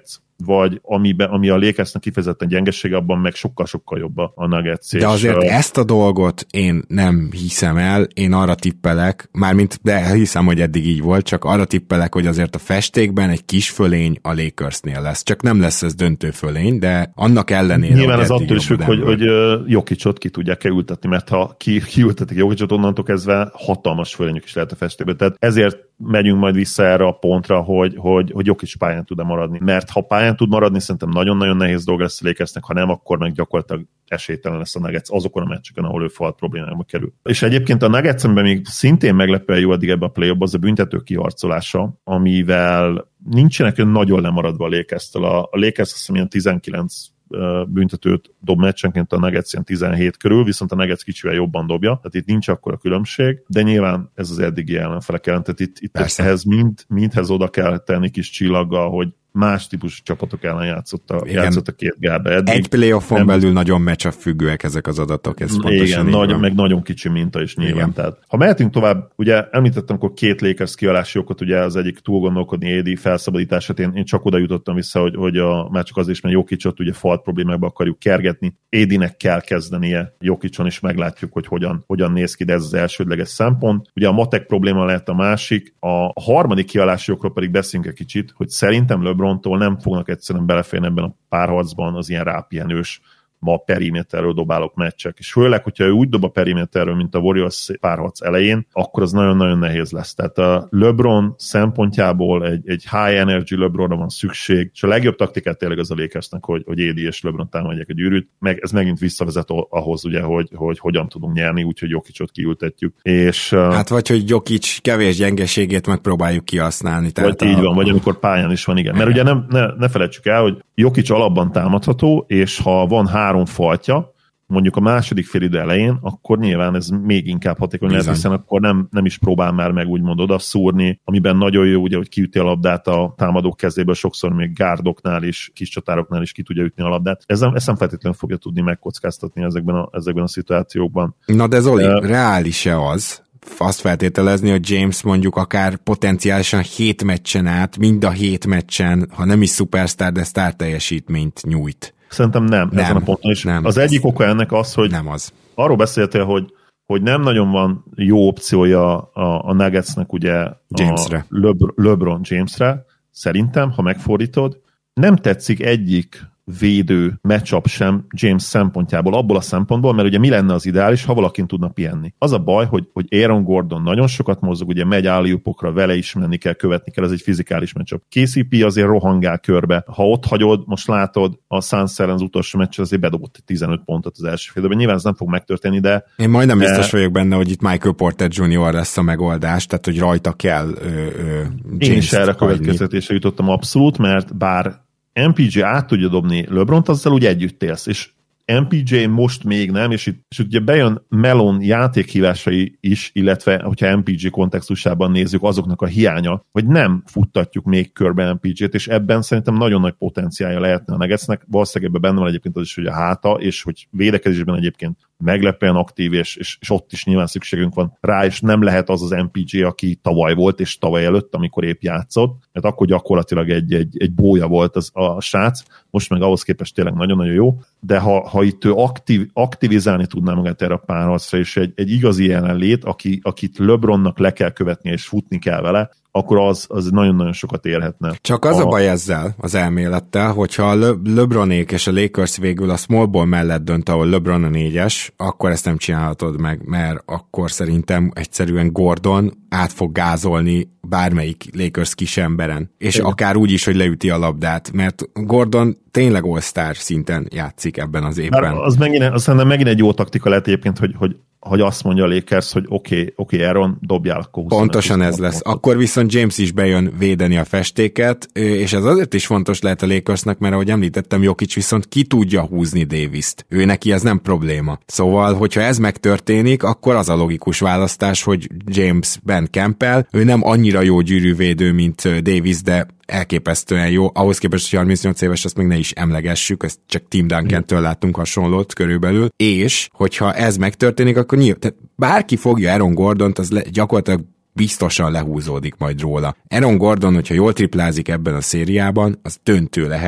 vagy amiben, ami a Lakersnek kifejezetten gyengesége, abban meg sokkal-sokkal jobb a Nuggets. De azért és, ezt a dolgot én nem hiszem el, én arra tippelek, mármint, de hiszem, hogy eddig így volt, csak arra tippelek, hogy azért a festékben egy kis fölény a Lakersnél lesz. Csak nem lesz ez döntő fölény, de annak ellenére... Nyilván az attól is függ, hogy, hogy Jokicot ki tudják-e ültetni, mert ha ki, kiültetik Jokicot, onnantól kezdve hatalmas fölényük is lehet a festékben. Tehát ezért megyünk majd vissza erre a pontra, hogy, hogy, hogy Jokic pályán tud-e maradni. Mert ha pályán tud maradni, szerintem nagyon-nagyon nehéz dolga lesz a Lakersnek, ha nem, akkor meg gyakorlatilag esélytelen lesz a Nuggets azokon a meccseken, ahol ő falt problémába kerül. És egyébként a Nuggets, amiben még szintén meglepően jó addig ebbe a play-offba, az a büntető kiharcolása, amivel nincsenek nagyon lemaradva a Lakers-től. A Lakers azt hiszem ilyen tizenkilenc büntetőt dob meccsenként, a Nuggets ilyen tizenhét körül, viszont a Nuggets kicsivel jobban dobja, tehát itt nincs akkora különbség, de nyilván ez az eddigi ellenfelek ellen, tehát itt, itt ehhez mind, mindhez oda kell tenni kis csillaggal, hogy más típusú csapatok ellen játszott a, játszott a két gárda eddig. Egy playoffon nem, belül nagyon matchup függőek ezek az adatok, ez pontosan igen, nagyon, meg nagyon kicsi minta is nyilván. Tehát, ha mehetünk tovább, ugye említettem akkor két Lakers kialási okot, ugye az egyik túl gondolkodni á dé felszabadítását, én, én csak oda jutottam vissza, hogy, hogy a, már csak az is, mert Jokicot ugye falt problémákba akarjuk kergetni, á dé-nek kell kezdenie Jokicon, is meglátjuk, hogy hogyan, hogyan néz ki, de ez az elsődleges szempont. Ugye a matek probléma lehet a másik, a harmadik kialási okról pedig beszélünk egy kicsit, hogy szerintem LeBrontól nem fognak egyszerűen beleférni ebben a párharcban az ilyen rápihenős, ma periméterről dobálok meccsek. És főleg, hogyha ő úgy dob a periméterről, mint a Warriors párharc elején, akkor az nagyon-nagyon nehéz lesz. Tehát a LeBron szempontjából egy, egy high energy LeBronra van szükség, és a legjobb taktikát tényleg az a Lakersnek, hogy, hogy á dé és LeBron támadják a gyűrűt, meg ez megint visszavezet ahhoz, ugye, hogy, hogy hogyan tudunk nyerni, úgyhogy Jokicot kiültetjük. És, hát vagy, hogy Jokic kevés gyengeségét megpróbáljuk kihasználni. Tehát vagy a... így van, vagy amikor pályán is van, igen. Mert ugye nem, ne, ne felejtsük el, hogy Jokic alapban támadható, és ha van három faltja, mondjuk a második félidő elején, akkor nyilván ez még inkább hatékony lesz, hiszen akkor nem, nem is próbál már meg úgymond odaszúrni, amiben nagyon jó, ugye, hogy kiüti a labdát a támadók kezéből, sokszor még gárdoknál is, kis csatároknál is ki tudja ütni a labdát. Ez nem, ezt nem feltétlenül fogja tudni megkockáztatni ezekben a, ezekben a szituációkban. Na de Zoli, uh, reális-e az, azt feltételezni, hogy James mondjuk akár potenciálisan hét meccsen át, mind a hét meccsen, ha nem is szupersztár, de sztár teljesítményt nyújt? Szerintem nem, nem ezen a ponton is. Nem. Az egyik oka ennek az, hogy nem az. Arról beszéltél, hogy, hogy nem nagyon van jó opciója a, a Nuggetsnek ugye Jamesre. a Lebr- LeBron Jamesre. Szerintem, ha megfordítod, nem tetszik egyik védő matchup sem James szempontjából, abból a szempontból, mert ugye mi lenne az ideális, ha valakin tudna pihenni. Az a baj, hogy, hogy Aaron Gordon nagyon sokat mozog, ugye megy alley-oopokra, vele is menni kell, követni kell, ez egy fizikális matchup. ká cé pé azért rohangál körbe. Ha ott hagyod, most látod, a Suns ellen az utolsó meccs azért bedobott tizenöt pontot az első félidőben. Nyilván ez nem fog megtörténni, de... Én majdnem de... biztos vagyok benne, hogy itt Michael Porter junior lesz a megoldás, tehát hogy rajta kell ö, ö, James Én is erre következtetésre jutottam abszolút, mert bár em pé gé át tudja dobni LeBront, azzal úgy együtt élsz, és em pé gé most még nem, és itt és ugye bejön Melon játékhívásai is, illetve, hogyha em pé gé kontextusában nézzük, azoknak a hiánya, hogy nem futtatjuk még körbe em pé gét, és ebben szerintem nagyon nagy potenciálja lehetne a Nuggetsnek. Valószínűleg ebben benne van egyébként az is, hogy a háta, és hogy védekezésben egyébként meglepően aktív, és, és, és ott is nyilván szükségünk van rá, és nem lehet az az em pé gé, aki tavaly volt, és tavaly előtt, amikor épp játszott, mert akkor gyakorlatilag egy, egy, egy bója volt az, a srác, most meg ahhoz képest tényleg nagyon-nagyon jó, de ha, ha itt ő aktív, aktivizálni tudná magát erre a párharcra, és egy, egy igazi jelenlét, aki, akit LeBronnak le kell követnie, és futni kell vele, akkor az, az nagyon-nagyon sokat érhetne. Csak az a, a baj ezzel, az elmélettel, hogyha a Le- LeBronék és a Lakers végül a small ball mellett dönt, ahol LeBron a négyes, akkor ezt nem csinálhatod meg, mert akkor szerintem egyszerűen Gordon át fog gázolni bármelyik Lakers kis emberen. És igen, akár úgy is, hogy leüti a labdát, mert Gordon tényleg all-star szinten játszik ebben az évben. Bár az megint, az megint egy jó taktika lehet egyébként, hogy, hogy hogy azt mondja a Lakers, hogy oké, okay, oké, okay, Aaron, dobjál akkor huszonöt. Pontosan ez lesz. Pontot. Akkor viszont James is bejön védeni a festéket, és ez azért is fontos lehet a Lakersnek, mert ahogy említettem, Jokic viszont ki tudja húzni Davist. Ő neki ez nem probléma. Szóval, hogyha ez megtörténik, akkor az a logikus választás, hogy James Ben Campbell, ő nem annyira jó gyűrűvédő, mint Davis, de elképesztően jó. Ahhoz képest, hogy harmincnyolc éves, azt még ne is emlegessük, ezt csak Tim Duncan-től láttunk hasonlót körülbelül, és hogyha ez megtörténik, akkor nyilván, tehát bárki fogja Aaron Gordont, az le, gyakorlatilag biztosan lehúzódik majd róla. Aaron Gordon, hogyha jól triplázik ebben a szériában, az döntő lehet,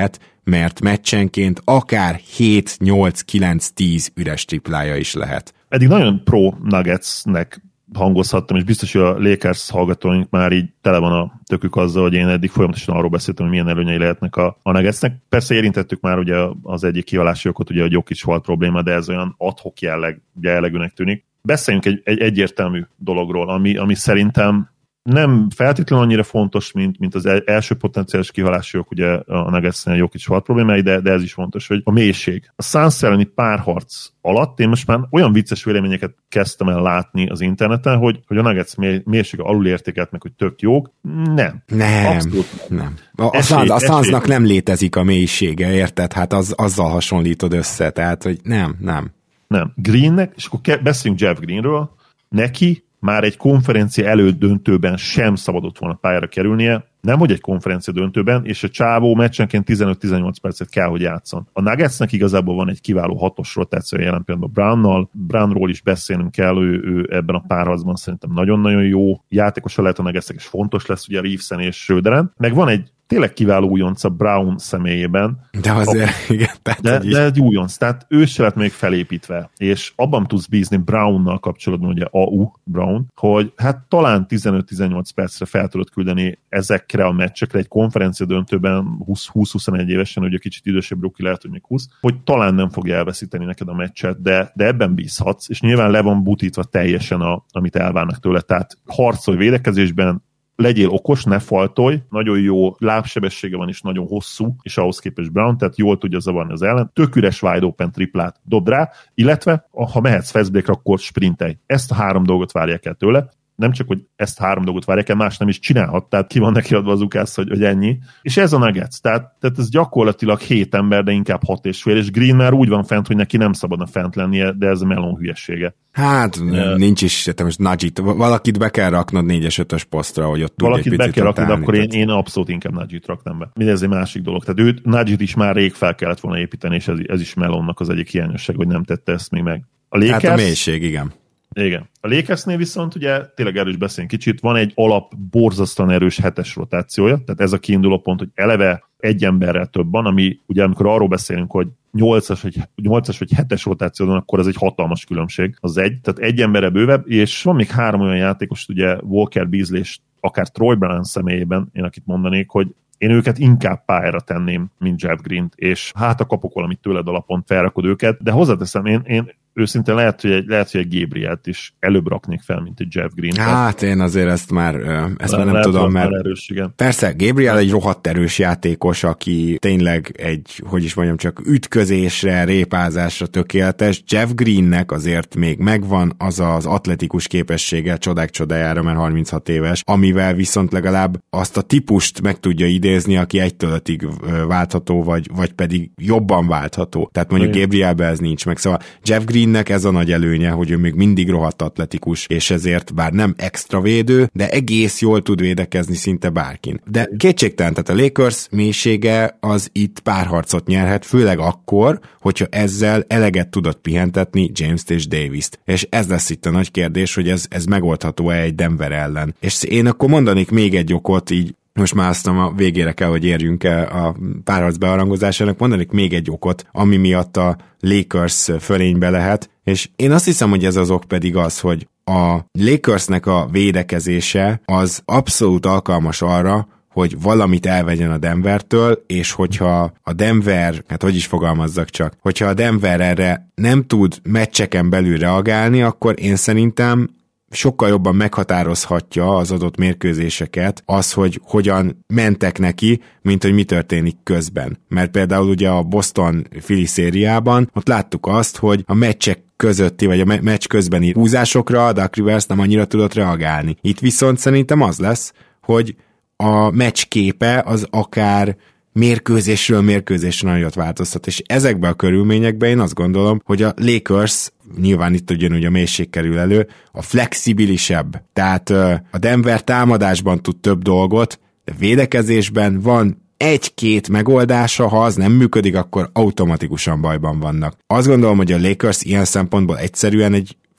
mert meccsenként akár hét, nyolc, kilenc, tíz üres triplája is lehet. Eddig nagyon pro Nuggetsnek hangozhattam, és biztos, hogy a Lakers hallgatóink már így tele van a tökük azzal, hogy én eddig folyamatosan arról beszéltem, hogy milyen előnyei lehetnek a, a Nuggetsnek. Persze érintettük már ugye az egyik kihalási okot, ugye a Jokic volt probléma, de ez olyan ad-hoc jelleg, jellegűnek tűnik. Beszéljünk egy, egy egyértelmű dologról, ami, ami szerintem nem feltétlenül annyira fontos, mint, mint az első potenciális kihalási ok, ugye a Nuggetsnél Jokic volt problémái, de, de ez is fontos, hogy a mélység. A Suns elleni párharc alatt én most már olyan vicces véleményeket kezdtem el látni az interneten, hogy, hogy a Nuggets mélysége alulértékelt meg, hogy tök jók. Nem. Nem. Abszolút nem. A, esély, a Sunsnak nem létezik a mélysége, érted? Hát az, azzal hasonlítod össze, tehát, hogy nem, nem. Nem. Greennek, és akkor beszéljünk Jeff Greenről, neki már egy konferencia elődöntőben sem szabadott volna pályára kerülnie, nemhogy egy konferencia döntőben, és a csávó meccsenként tizenöt-tizennyolc percet kell, hogy játszon. A Nuggetsnek igazából van egy kiváló hatos rotációja jelen pillanatban Brownnal, Brownról is beszélnünk kell, ő, ő ebben a párharcban szerintem nagyon-nagyon jó játékosa lehet a Nuggetsnek, és fontos lesz ugye Reevesen és Schröderen. Meg van egy tényleg kiváló újonc a Brown személyében. De azért, a, igen. Tehát de, de egy újonc, tehát ő se lett még felépítve, és abban tudsz bízni Brownnal kapcsolatban, ugye á u Brown, hogy hát talán tizenöt-tizennyolc percre fel tudod küldeni ezekre a meccsekre egy konferencia döntőben húsz-huszonegy évesen, ugye kicsit idősebb rookie lehet, hogy még húsz, hogy talán nem fogja elveszíteni neked a meccset, de, de ebben bízhatsz, és nyilván le van butítva teljesen, a, amit elvárnak tőle, tehát harcolj védekezésben, legyél okos, ne faltolj, nagyon jó lábsebessége van, és nagyon hosszú, és ahhoz képest Brown, tehát jól tudja zavarni az ellen. Tök üres wide open triplát dob rá, illetve ha mehetsz fast breakre, akkor sprintelj. Ezt a három dolgot várják el tőle. Nem csak, hogy ezt három dolgot várják el, más nem is csinálhat, tehát ki van neki adva az ukász, hogy, hogy ennyi. És ez a Nuggets, tehát, tehát ez gyakorlatilag hét ember, de inkább hat és fél, és Green már úgy van fent, hogy neki nem szabadna fent lennie, de ez a melon hülyesége. Hát uh, nincs is, te most Najit, valakit be kell raknod négyes ötös posztra, hogy ott valakit tudj egy picit be kell raknod, akkor én, tehát... én abszolút inkább Najit raknám be. Mindez egy másik dolog. Tehát őt, Najit is már rég fel kellett volna építeni, és ez, ez is melonnak az egyik hiányosság, hogy nem tette ezt még meg. A Lakers, hát a mélység, igen. Igen. A Lakersnél viszont ugye tényleg erős beszélni kicsit, van egy alap borzasztóan erős hetes rotációja, tehát ez a kiinduló pont, hogy eleve egy emberrel több van, ami ugye amikor arról beszélünk, hogy nyolcas vagy, nyolcas vagy hetes rotáció van, akkor ez egy hatalmas különbség. Az egy, tehát egy emberre bővebb, és van még három olyan játékos, ugye Walker, Beasley és akár Troy Brown személyében, én akit mondanék, hogy én őket inkább pályára tenném, mint Jeff Green-t, és hát a kapok valamit tőled alapon felrakod őket, de hozzáteszem, én, én őszintén lehet, hogy egy, lehet, hogy egy Gabrielt is előbb raknék fel, mint egy Jeff Green. Hát én azért ezt már, ezt Le, már nem tudom, mert erős, persze Gabriel egy rohadt erős játékos, aki tényleg egy, hogy is mondjam, csak ütközésre, répázásra tökéletes. Jeff Greennek azért még megvan az az atletikus képessége, csodák csodájára, mert harminchat éves, amivel viszont legalább azt a típust meg tudja idézni, aki egytől ötig váltható, vagy, vagy pedig jobban váltható. Tehát mondjuk Gabrielben ez nincs meg. Szóval Jeff Greennek ez a nagy előnye, hogy ő még mindig rohadt atletikus, és ezért bár nem extra védő, de egész jól tud védekezni szinte bárkin. De kétségtelen, tehát a Lakers mélysége az itt párharcot nyerhet, főleg akkor, hogyha ezzel eleget tudod pihentetni James-t és Davis-t. És ez lesz itt a nagy kérdés, hogy ez, ez megoldható-e egy Denver ellen. És én akkor mondanék még egy okot, így most már aztán a végére kell, hogy érjünk el a párharc beharangozásának, mondanék még egy okot, ami miatt a Lakers fölénybe lehet, és én azt hiszem, hogy ez az ok pedig az, hogy a Lakersnek a védekezése az abszolút alkalmas arra, hogy valamit elvegyen a Denvertől, és hogyha a Denver, hát hogy is fogalmazzak csak, hogyha a Denver erre nem tud meccseken belül reagálni, akkor én szerintem sokkal jobban meghatározhatja az adott mérkőzéseket az, hogy hogyan mentek neki, mint hogy mi történik közben. Mert például ugye a Boston-Philly szériában ott láttuk azt, hogy a meccsek közötti, vagy a me- meccs közbeni húzásokra a Doc Rivers nem annyira tudott reagálni. Itt viszont szerintem az lesz, hogy a meccs képe az akár mérkőzésről mérkőzésre nagyot változtat, és ezekben a körülményekben én azt gondolom, hogy a Lakers, nyilván itt ugyanúgy a mélység kerül elő, a flexibilisebb, tehát a Denver támadásban tud több dolgot, de védekezésben van egy-két megoldása, ha az nem működik, akkor automatikusan bajban vannak. Azt gondolom, hogy a Lakers ilyen szempontból egyszerűen egy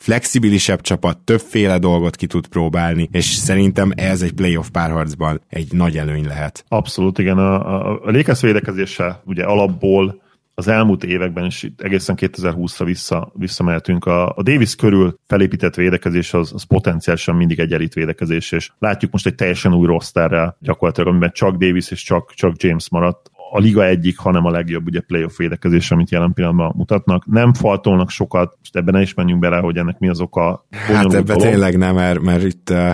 flexibilisebb csapat, többféle dolgot ki tud próbálni, és szerintem ez egy playoff párharcban egy nagy előny lehet. Abszolút, igen. A, a, a Lakers védekezése ugye alapból az elmúlt években is egészen kétezer-húszra vissza, visszamehetünk. A, a Davis körül felépített védekezés az, az potenciálisan mindig egy elit védekezés, és látjuk most egy teljesen új rosterrel gyakorlatilag, amiben csak Davis és csak, csak James maradt. A liga egyik, hanem a legjobb ugye playoff védekezés, amit jelen pillanatban mutatnak. Nem faltolnak sokat, most ebben ne is menjünk bele, hogy ennek mi az oka. Hát ebben tényleg nem, mert, mert itt... Uh...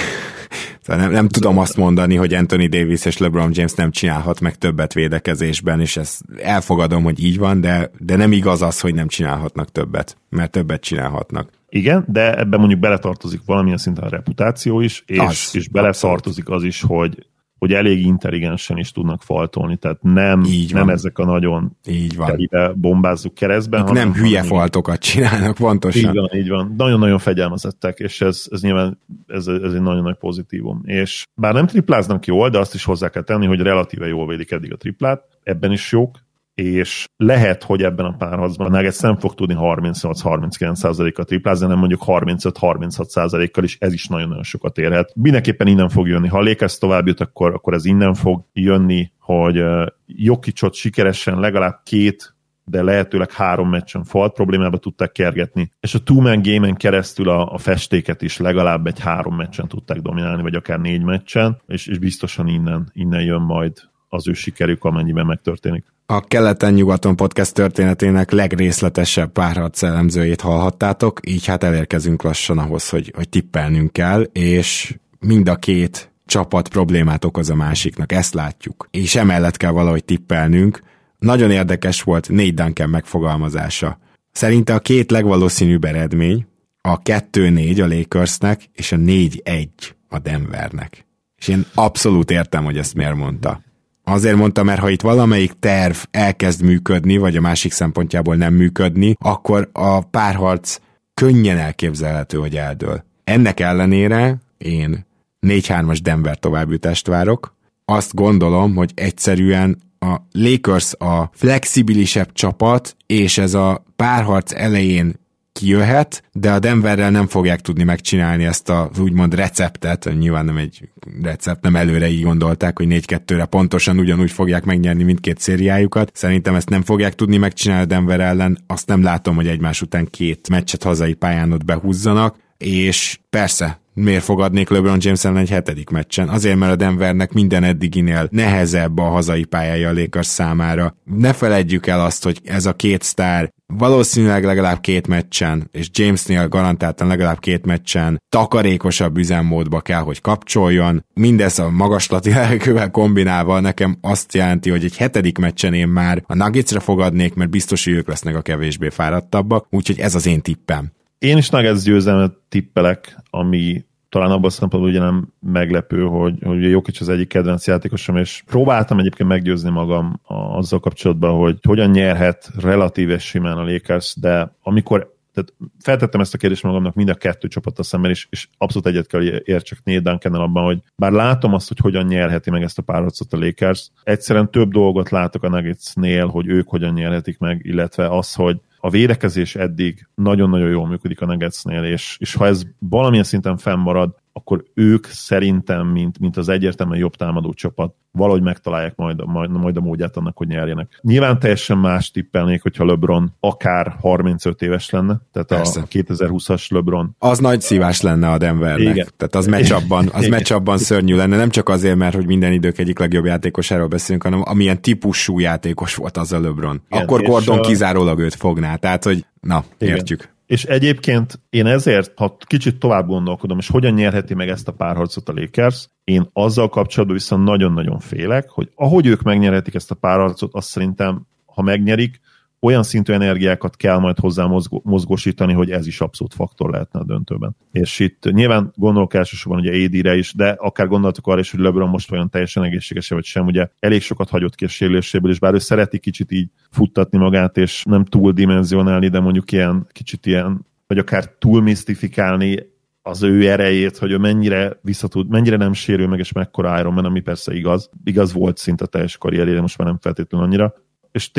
Nem, nem tudom azt mondani, hogy Anthony Davis és LeBron James nem csinálhat meg többet védekezésben, és ezt elfogadom, hogy így van, de, de nem igaz az, hogy nem csinálhatnak többet, mert többet csinálhatnak. Igen, de ebben mondjuk beletartozik valamilyen szinten a reputáció is, és, az, és beletartozik az is, hogy hogy elég intelligensen is tudnak faltolni, tehát nem, nem ezek a nagyon telibe bombázzuk keresztben. Nem hülye faltokat csinálnak, pontosan. Így van, így van. Nagyon-nagyon fegyelmezettek, és ez, ez nyilván ez, ez egy nagyon nagy pozitívum. És bár nem tripláznak jól, de azt is hozzá kell tenni, hogy relatíve jól védik eddig a triplát, ebben is jók, és lehet, hogy ebben a párharcban a Nuggets nem fog tudni harmincnyolc-harminckilenc százalékkal triplázni, hanem mondjuk harmincöt-harminchat százalékkal is, ez is nagyon-nagyon sokat érhet. Mindenképpen innen fog jönni. Ha a Lakers tovább jut, akkor, akkor ez innen fog jönni, hogy uh, Jokicot sikeresen legalább két, de lehetőleg három meccsen falt problémába tudták kergetni, és a two-man game-en keresztül a, a festéket is legalább egy három meccsen tudták dominálni, vagy akár négy meccsen, és, és biztosan innen, innen jön majd az ő sikerük, amennyiben megtörténik. A Keleten-nyugaton podcast történetének legrészletesebb párharc elemzőjét hallhattátok, így hát elérkezünk lassan ahhoz, hogy, hogy tippelnünk kell, és mind a két csapat problémát okoz a másiknak, ezt látjuk. És emellett kell valahogy tippelnünk. Nagyon érdekes volt Nate Duncan megfogalmazása. Szerinte a két legvalószínűbb eredmény a kettő négy a Lakersnek, és a négy egy a Denvernek. És én abszolút értem, hogy ezt miért mondta. Azért mondta, mert ha itt valamelyik terv elkezd működni, vagy a másik szempontjából nem működni, akkor a párharc könnyen elképzelhető, hogy eldől. Ennek ellenére én négy hármas Denver továbbjutást várok. Azt gondolom, hogy egyszerűen a Lakers a flexibilisebb csapat, és ez a párharc elején kijöhet, de a Denverrel nem fogják tudni megcsinálni ezt a úgymond receptet, nyilván nem egy recept, nem előre így gondolták, hogy négy kettőre pontosan ugyanúgy fogják megnyerni mindkét szériájukat. Szerintem ezt nem fogják tudni megcsinálni a Denver ellen, azt nem látom, hogy egymás után két meccset hazai pályán ott behúzzanak, és persze, miért fogadnék LeBron James ellen egy hetedik meccsen? Azért, mert a Denvernek minden eddiginél nehezebb a hazai pályája a Lakers számára. Ne feledjük el azt, hogy ez a két sztár valószínűleg legalább két meccsen, és Jamesnél garantáltan legalább két meccsen takarékosabb üzemmódba kell, hogy kapcsoljon. Mindez a magaslati lelkővel kombinálva nekem azt jelenti, hogy egy hetedik meccsen én már a Nuggetsre fogadnék, mert biztos, hogy ők lesznek a kevésbé fáradtabbak, úgyhogy ez az én tippem. Én is Nuggets győzelmet tippelek, ami talán abban a szempontból ugye nem meglepő, hogy, hogy ugye Jokic az egyik kedvenc játékosom, és próbáltam egyébként meggyőzni magam azzal kapcsolatban, hogy hogyan nyerhet relatíve simán a Lakers, de amikor tehát feltettem ezt a kérdést magamnak mind a kettő csapattal szemben, és, és abszolút egyet kell értsek Nate Duncannel abban, hogy bár látom azt, hogy hogyan nyerheti meg ezt a párharcot a Lakers, egyszerűen több dolgot látok a Nuggetsnél, hogy ők hogyan nyerhetik meg, illetve az, hogy a védekezés eddig nagyon-nagyon jól működik a Nuggetsnél, és, és ha ez valamilyen szinten fennmarad, akkor ők szerintem, mint, mint az egyértelműen jobb támadó csapat, valahogy megtalálják majd, majd, majd a módját annak, hogy nyerjenek. Nyilván teljesen más tippelnék, hogyha LeBron akár harmincöt éves lenne, tehát Persze. a kétezer-húszas LeBron. Az nagy szívás lenne a Denvernek. Igen. Tehát az match-upban, az match-upban szörnyű lenne, nem csak azért, mert hogy minden idők egyik legjobb játékosáról beszélünk, hanem amilyen típusú játékos volt az a LeBron. Igen, akkor Gordon a... kizárólag őt fogná, tehát hogy na, Igen. értjük. És egyébként én ezért, ha kicsit tovább gondolkodom, és hogyan nyerheti meg ezt a párharcot a Lakers, én azzal kapcsolatban viszont nagyon-nagyon félek, hogy ahogy ők megnyerhetik ezt a párharcot, azt szerintem, ha megnyerik, olyan szintű energiákat kell majd hozzá mozgó, mozgósítani, hogy ez is abszolút faktor lehetne a döntőben. És itt nyilván gondolok elsősorban ugye á dé-re is, de akár gondoltok arra is, hogy LeBron most olyan teljesen egészséges vagy sem, ugye elég sokat hagyott ki a sérüléséből, és bár ő szereti kicsit így futtatni magát, és nem túl dimenzionálni, de mondjuk ilyen kicsit ilyen, vagy akár túl misztifikálni az ő erejét, hogy ő mennyire visszatud, mennyire nem sérül meg, és mekkora Iron Man, ami persze igaz. Igaz volt szinte teljes karrierére, most már nem feltétlenül annyira. És tényleg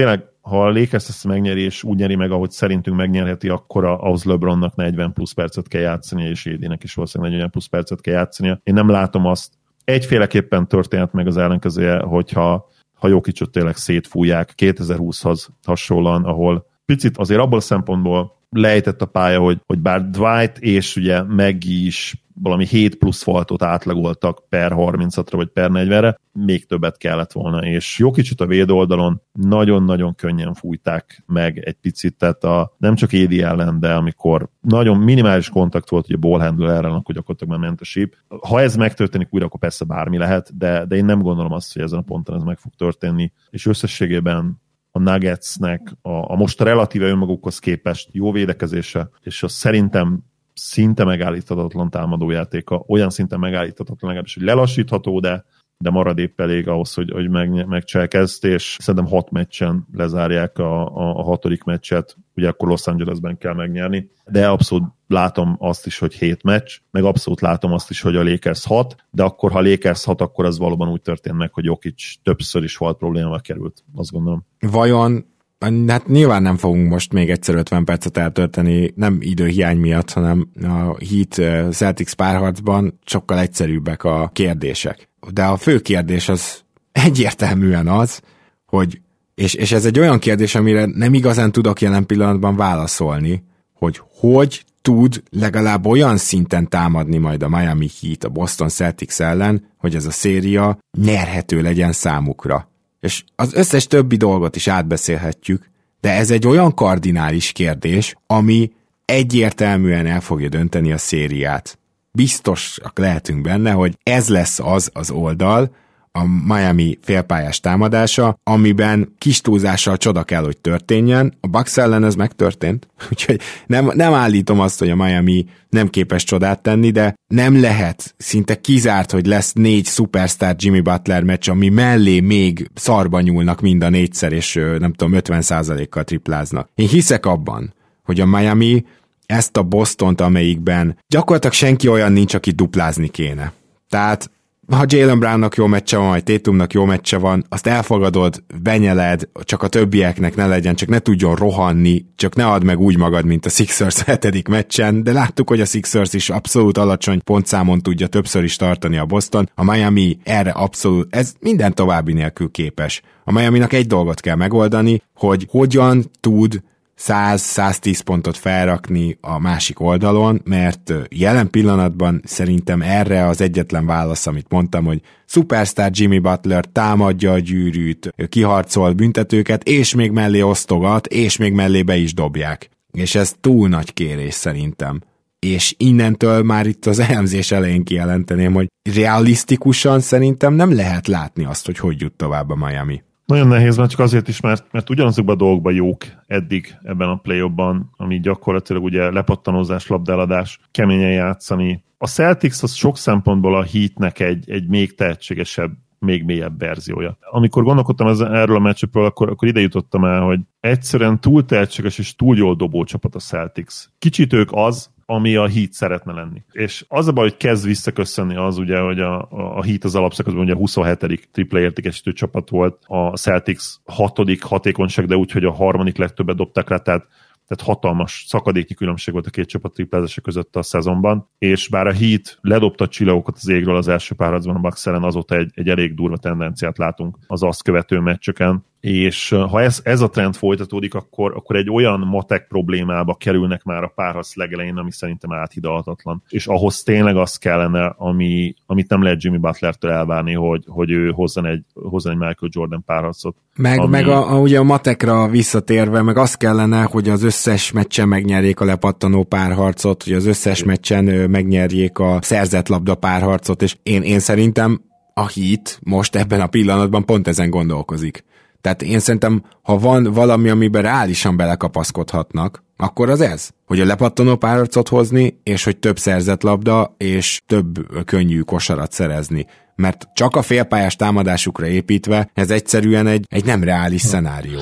ha a Lakers ezt megnyeri, és úgy nyeri meg, ahogy szerintünk megnyerheti, akkor ahhoz LeBronnak negyven plusz percet kell játszania, és Édének is valószínűleg negyven plusz percet kell játszania. Én nem látom azt, egyféleképpen történhet meg az ellenkezője, hogyha ha Jokicot tényleg szétfújják kétezer-húszhoz hasonlóan, ahol picit azért abból a szempontból lejtett a pálya, hogy, hogy bár Dwight és ugye Maggie is valami hét plusz faltot átlagoltak per harmincatra vagy per negyvenre, még többet kellett volna, és Jokicot a védő oldalon nagyon-nagyon könnyen fújták meg egy picit, tehát a, nem csak Édi ellen, de amikor nagyon minimális kontakt volt, hogy a ball handler ellen, akkor gyakorlatilag már ment a síp. Ha ez megtörténik újra, akkor persze bármi lehet, de, de én nem gondolom azt, hogy ezen a ponton ez meg fog történni, és összességében a Nuggetsnek a, a most relatíve önmagukhoz képest jó védekezése, és az szerintem szinte megállíthatatlan támadójátéka, olyan szinten megállíthatatlan legalábbis, hogy lelassítható, de, de marad épp elég ahhoz, hogy, hogy meg, megcselkezd, és szerintem hat meccsen lezárják a, a, a hatodik meccset, ugye akkor Los Angelesben kell megnyerni, de abszolút látom azt is, hogy hét meccs, meg abszolút látom azt is, hogy a Lakers hat, de akkor, ha a Lakers hat, akkor az valóban úgy történt meg, hogy Jokic többször is volt problémával került, azt gondolom. Vajon hát nyilván nem fogunk most még egyszer ötven percet eltölteni, nem időhiány miatt, hanem a Heat Celtics párharcban sokkal egyszerűbbek a kérdések. De a fő kérdés az egyértelműen az, hogy, és, és ez egy olyan kérdés, amire nem igazán tudok jelen pillanatban válaszolni, hogy hogy tud legalább olyan szinten támadni majd a Miami Heat a Boston Celtics ellen, hogy ez a széria nyerhető legyen számukra. És az összes többi dolgot is átbeszélhetjük, de ez egy olyan kardinális kérdés, ami egyértelműen el fogja dönteni a szériát. Biztosak lehetünk benne, hogy ez lesz az az oldal, a Miami félpályás támadása, amiben kis túlzással csoda kell, hogy történjen. A Bucks ellen ez megtörtént, úgyhogy nem, nem állítom azt, hogy a Miami nem képes csodát tenni, de nem lehet, szinte kizárt, hogy lesz négy szupersztár Jimmy Butler meccs, ami mellé még szarba nyúlnak mind a négyszer, és nem tudom, ötven százalékkal tripláznak. Én hiszek abban, hogy a Miami ezt a Bostont, amelyikben gyakorlatilag senki olyan nincs, aki duplázni kéne. Tehát ha Jaylen Brownnak jó meccse van, vagy Tatumnak jó meccse van, azt elfogadod, benyeled, csak a többieknek ne legyen, csak ne tudjon rohanni, csak ne add meg úgy magad, mint a Sixers hetedik meccsen, de láttuk, hogy a Sixers is abszolút alacsony pontszámon tudja többször is tartani a Boston. A Miami erre abszolút, ez minden további nélkül képes. A Miaminak egy dolgot kell megoldani, hogy hogyan tud száz-száztíz pontot felrakni a másik oldalon, mert jelen pillanatban szerintem erre az egyetlen válasz, amit mondtam, hogy szupersztár Jimmy Butler támadja a gyűrűt, kiharcol büntetőket, és még mellé osztogat, és még mellé be is dobják. És ez túl nagy kérés szerintem. És innentől már itt az elemzés elején kijelenteném, hogy realisztikusan szerintem nem lehet látni azt, hogy hogy jut tovább a Miami. Nagyon nehéz, mert csak azért is, mert, mert ugyanazokban a dolgokban jók eddig ebben a play-offban, ami gyakorlatilag ugye lepattanózás, labdáladás, keményen játszani. A Celtics az sok szempontból a Heatnek egy, egy még tehetségesebb, még mélyebb verziója. Amikor gondolkodtam ez, erről a matchupról, akkor, akkor ide jutottam el, hogy egyszerűen túl tehetséges és túl jól dobó csapat a Celtics. Kicsit ők az, ami a Heat szeretne lenni. És az a baj, hogy kezd visszaköszönni az ugye, hogy a, a Heat az alapszakaszban ugye a huszonhetedik tripla értékesítő csapat volt, a Celtics hatodik hatékonyság, de úgy, hogy a harmadik legtöbbet dobták rá, tehát tehát hatalmas szakadéki különbség volt a két csapat triplázása között a szezonban, és bár a Heat ledobta a csillagokat az égről az első párharcban a Bucks ellen, azóta egy, egy elég durva tendenciát látunk az azt követő meccsöken, és ha ez, ez a trend folytatódik, akkor, akkor egy olyan matek problémába kerülnek már a párharc legelején, ami szerintem áthidalhatatlan. És ahhoz tényleg az kellene, ami, amit nem lehet Jimmy Butlertől elvárni, hogy, hogy ő hozzon egy, hozzon egy Michael Jordan párharcot. Meg, ami... meg a, a, ugye a matekra visszatérve, meg az kellene, hogy az összes meccsen megnyerjék a lepattanó párharcot, hogy az összes meccsen megnyerjék a szerzett labda párharcot, és én, én szerintem a Heat most ebben a pillanatban pont ezen gondolkozik. Tehát én szerintem, ha van valami, amiben reálisan belekapaszkodhatnak, akkor az ez, hogy a lepattanó párharcot hozni, és hogy több szerzett labda, és több könnyű kosarat szerezni. Mert csak a félpályás támadásukra építve, ez egyszerűen egy, egy nem reális szenárió.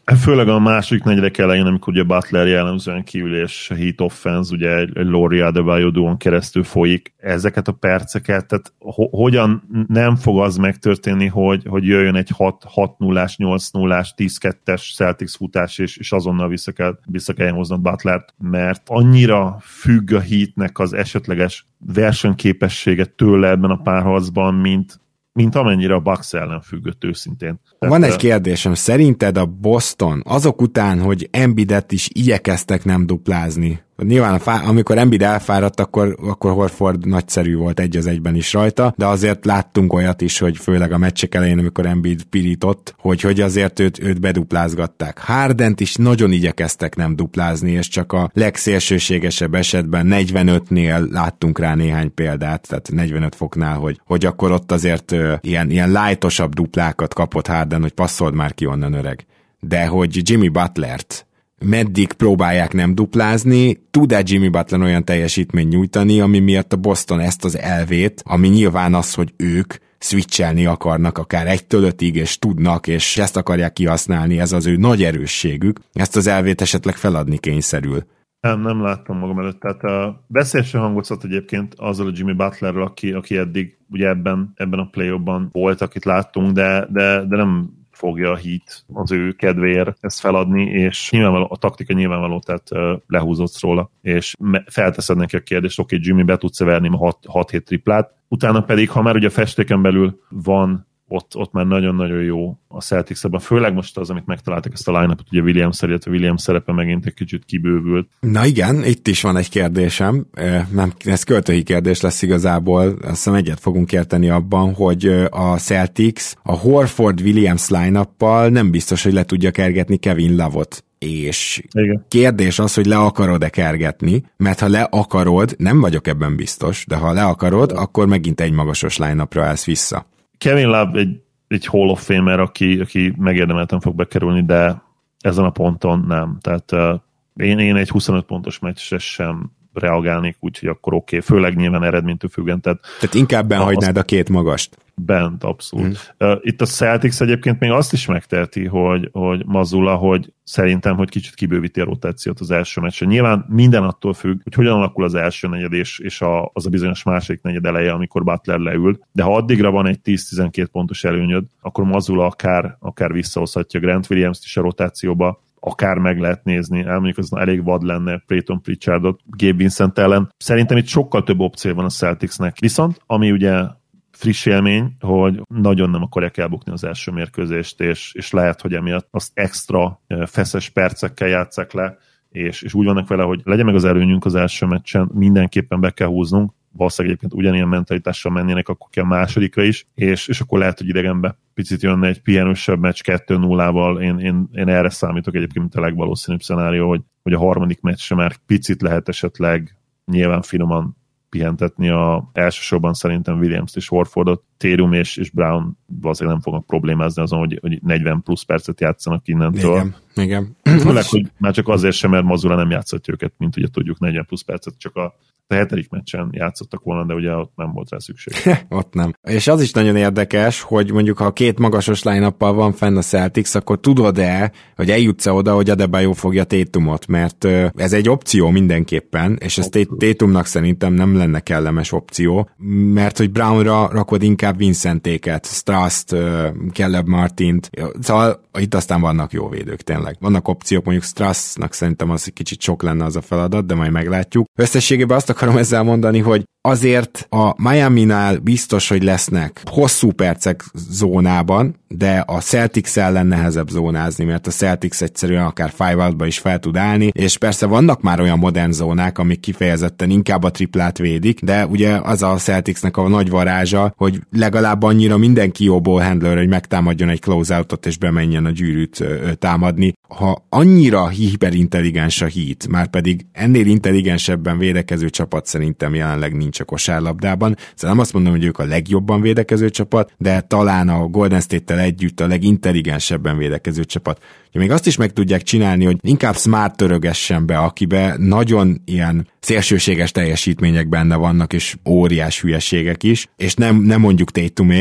Főleg a második negyedek elején, amikor ugye Butler jellemzően kiül, és Heat offense, ugye egy Laurie Adebayo duón keresztül folyik, ezeket a perceket, tehát ho- hogyan nem fog az megtörténni, hogy, hogy jöjjön egy hat nullás, nyolc nullás, tíz kettes Celtics futás, és, és azonnal vissza kell, vissza kell hoznod Butlert, mert annyira függ a Heatnek az esetleges versenyképessége tőle ebben a párharcban, mint mint amennyire a Bucks ellen függött őszintén. Van egy kérdésem, szerinted a Boston azok után, hogy Embiidet is igyekeztek nem duplázni, nyilván a fá- amikor Embiid elfáradt, akkor, akkor Horford nagyszerű volt egy az egyben is rajta, de azért láttunk olyat is, hogy főleg a meccsek elején, amikor Embiid pirított, hogy, hogy azért őt, őt beduplázgatták. Hardent is nagyon igyekeztek nem duplázni, és csak a legszélsőségesebb esetben negyvenötnél láttunk rá néhány példát, tehát negyvenöt foknál, hogy, hogy akkor ott azért ö, ilyen, ilyen lightosabb duplákat kapott Harden, hogy passzold már ki onnan öreg. De hogy Jimmy Butlert meddig próbálják nem duplázni, tud-e Jimmy Butler olyan teljesítményt nyújtani, ami miatt a Boston ezt az elvét, ami nyilván az, hogy ők switchelni akarnak akár egytől ötig, és tudnak, és ezt akarják kihasználni, ez az ő nagy erősségük, ezt az elvét esetleg feladni kényszerül. Nem, nem láttam magam előtt. Tehát a beszélső hangozat egyébként azzal a Jimmy Butlerről, aki, aki eddig ugye ebben, ebben a play-offban volt, akit láttunk, de, de, de nem fogja a Heat az ő kedvéért ezt feladni, és nyilvánvaló, a taktika nyilvánvaló, tehát uh, lehúzott róla, és me- felteszed neki a kérdést, oké, okay, Jimmy, be tudsz verni ma hat-hét triplát, utána pedig, ha már ugye a festéken belül van, ott, ott már nagyon-nagyon jó a Celtics-ben, főleg most az, amit megtaláltak ezt a line-upot, ugye Williams, illetve Williams szerepe megint egy kicsit kibővült. Na igen, itt is van egy kérdésem, nem, ez költői kérdés lesz igazából, azt hiszem egyet fogunk érteni abban, hogy a Celtics a Horford-Williams line-uppal nem biztos, hogy le tudja kergetni Kevin Love-ot. És igen. Kérdés az, hogy le akarod-e kergetni, mert ha le akarod, nem vagyok ebben biztos, de ha le akarod, akkor megint egy magasos line-upra állsz vissza. Kevin Love egy, egy Hall of Famer, aki, aki megérdemelten fog bekerülni, de ezen a ponton nem. Tehát uh, én, én egy huszonöt pontos meccsre sem reagálnék, úgyhogy akkor oké, okay. Főleg nyilván eredménytől függően. Tehát, tehát inkább benhagynád a két magast. Bent, abszolút. Hmm. Uh, itt a Celtics egyébként még azt is megteheti, hogy, hogy Mazzulla, hogy szerintem, hogy kicsit kibővíti a rotációt az első meccsen. Nyilván minden attól függ, hogy hogyan alakul az első negyed és, és a, az a bizonyos második negyed eleje, amikor Butler leül, de ha addigra van egy tíz-tizenkét pontos előnyöd, akkor Mazzulla akár, akár visszahozhatja Grant Williams-t is a rotációba, akár meg lehet nézni, elmondjuk az elég vad lenne Peyton Pritchardot Gabe Vincent ellen. Szerintem itt sokkal több opció van a Celticsnek. Viszont, ami ugye friss élmény, hogy nagyon nem akarják elbukni az első mérkőzést, és, és lehet, hogy emiatt azt extra feszes percekkel játsszák le, és, és úgy vannak vele, hogy legyen meg az előnyünk az első meccsen, mindenképpen be kell húznunk, valószínűleg egyébként ugyanilyen mentalitással mennének, akkor kell másodikra is, és, és akkor lehet, hogy idegenbe picit jönne egy pihenősebb meccs kettő nullával, én, én, én erre számítok egyébként, mint a legvalószínűbb szenárió, hogy, hogy a harmadik meccsre már picit lehet esetleg nyilván finoman pihentetni a elsősorban szerintem Williams-t és Horfordot, Tatum és, és Brown valószínűleg nem fognak problémázni azon, hogy, hogy negyven plusz percet játszanak innentől. Igen, igen. Főleg, hogy már csak azért sem, mert Mazzulla nem játszhatja őket, mint ugye tudjuk, negyven plusz percet, csak a a hetedik meccsen játszottak volna, de ugye ott nem volt rá szükség. Ott nem. És az is nagyon érdekes, hogy mondjuk ha két magasos line-uppal van fenn a Celtics, akkor tudod-e, hogy eljutsz oda, hogy Adebayo fogja Tatumot, mert ez egy opció mindenképpen, és ez Tatumnak szerintem nem lenne kellemes opció, mert hogy Brownra rakod inkább Vincentéket, Strasst, Caleb Martint, szóval itt aztán vannak jó védők, tényleg. Vannak opciók, mondjuk Strassnak szerintem az kicsit sok lenne az a feladat, de majd meglátjuk. Összességében azt akarom ezzel mondani, hogy azért a Miami-nál biztos, hogy lesznek hosszú percek zónában, de a Celtics ellen nehezebb zónázni, mert a Celtics egyszerűen akár five-outba is fel tud állni, és persze vannak már olyan modern zónák, amik kifejezetten inkább a triplát védik, de ugye az a Celticsnek a nagy varázsa, hogy legalább annyira mindenki jó ballhandler, hogy megtámadjon egy closeoutot és bemenjen a gyűrűt ö, támadni. Ha annyira hiperintelligens a Heat, már pedig ennél intelligensebben védekező csapat szerintem jelenleg nincs a kosárlabdában. Szóval nem azt mondom, hogy ők a legjobban védekező csapat, de talán a Golden State-tel együtt a legintelligensebben védekező csapat. Ja, még azt is meg tudják csinálni, hogy inkább Smart törögessen be, akibe nagyon ilyen szélsőséges teljesítmények benne vannak, és óriás hülyeségek is, és nem, nem mondjuk Tatumék,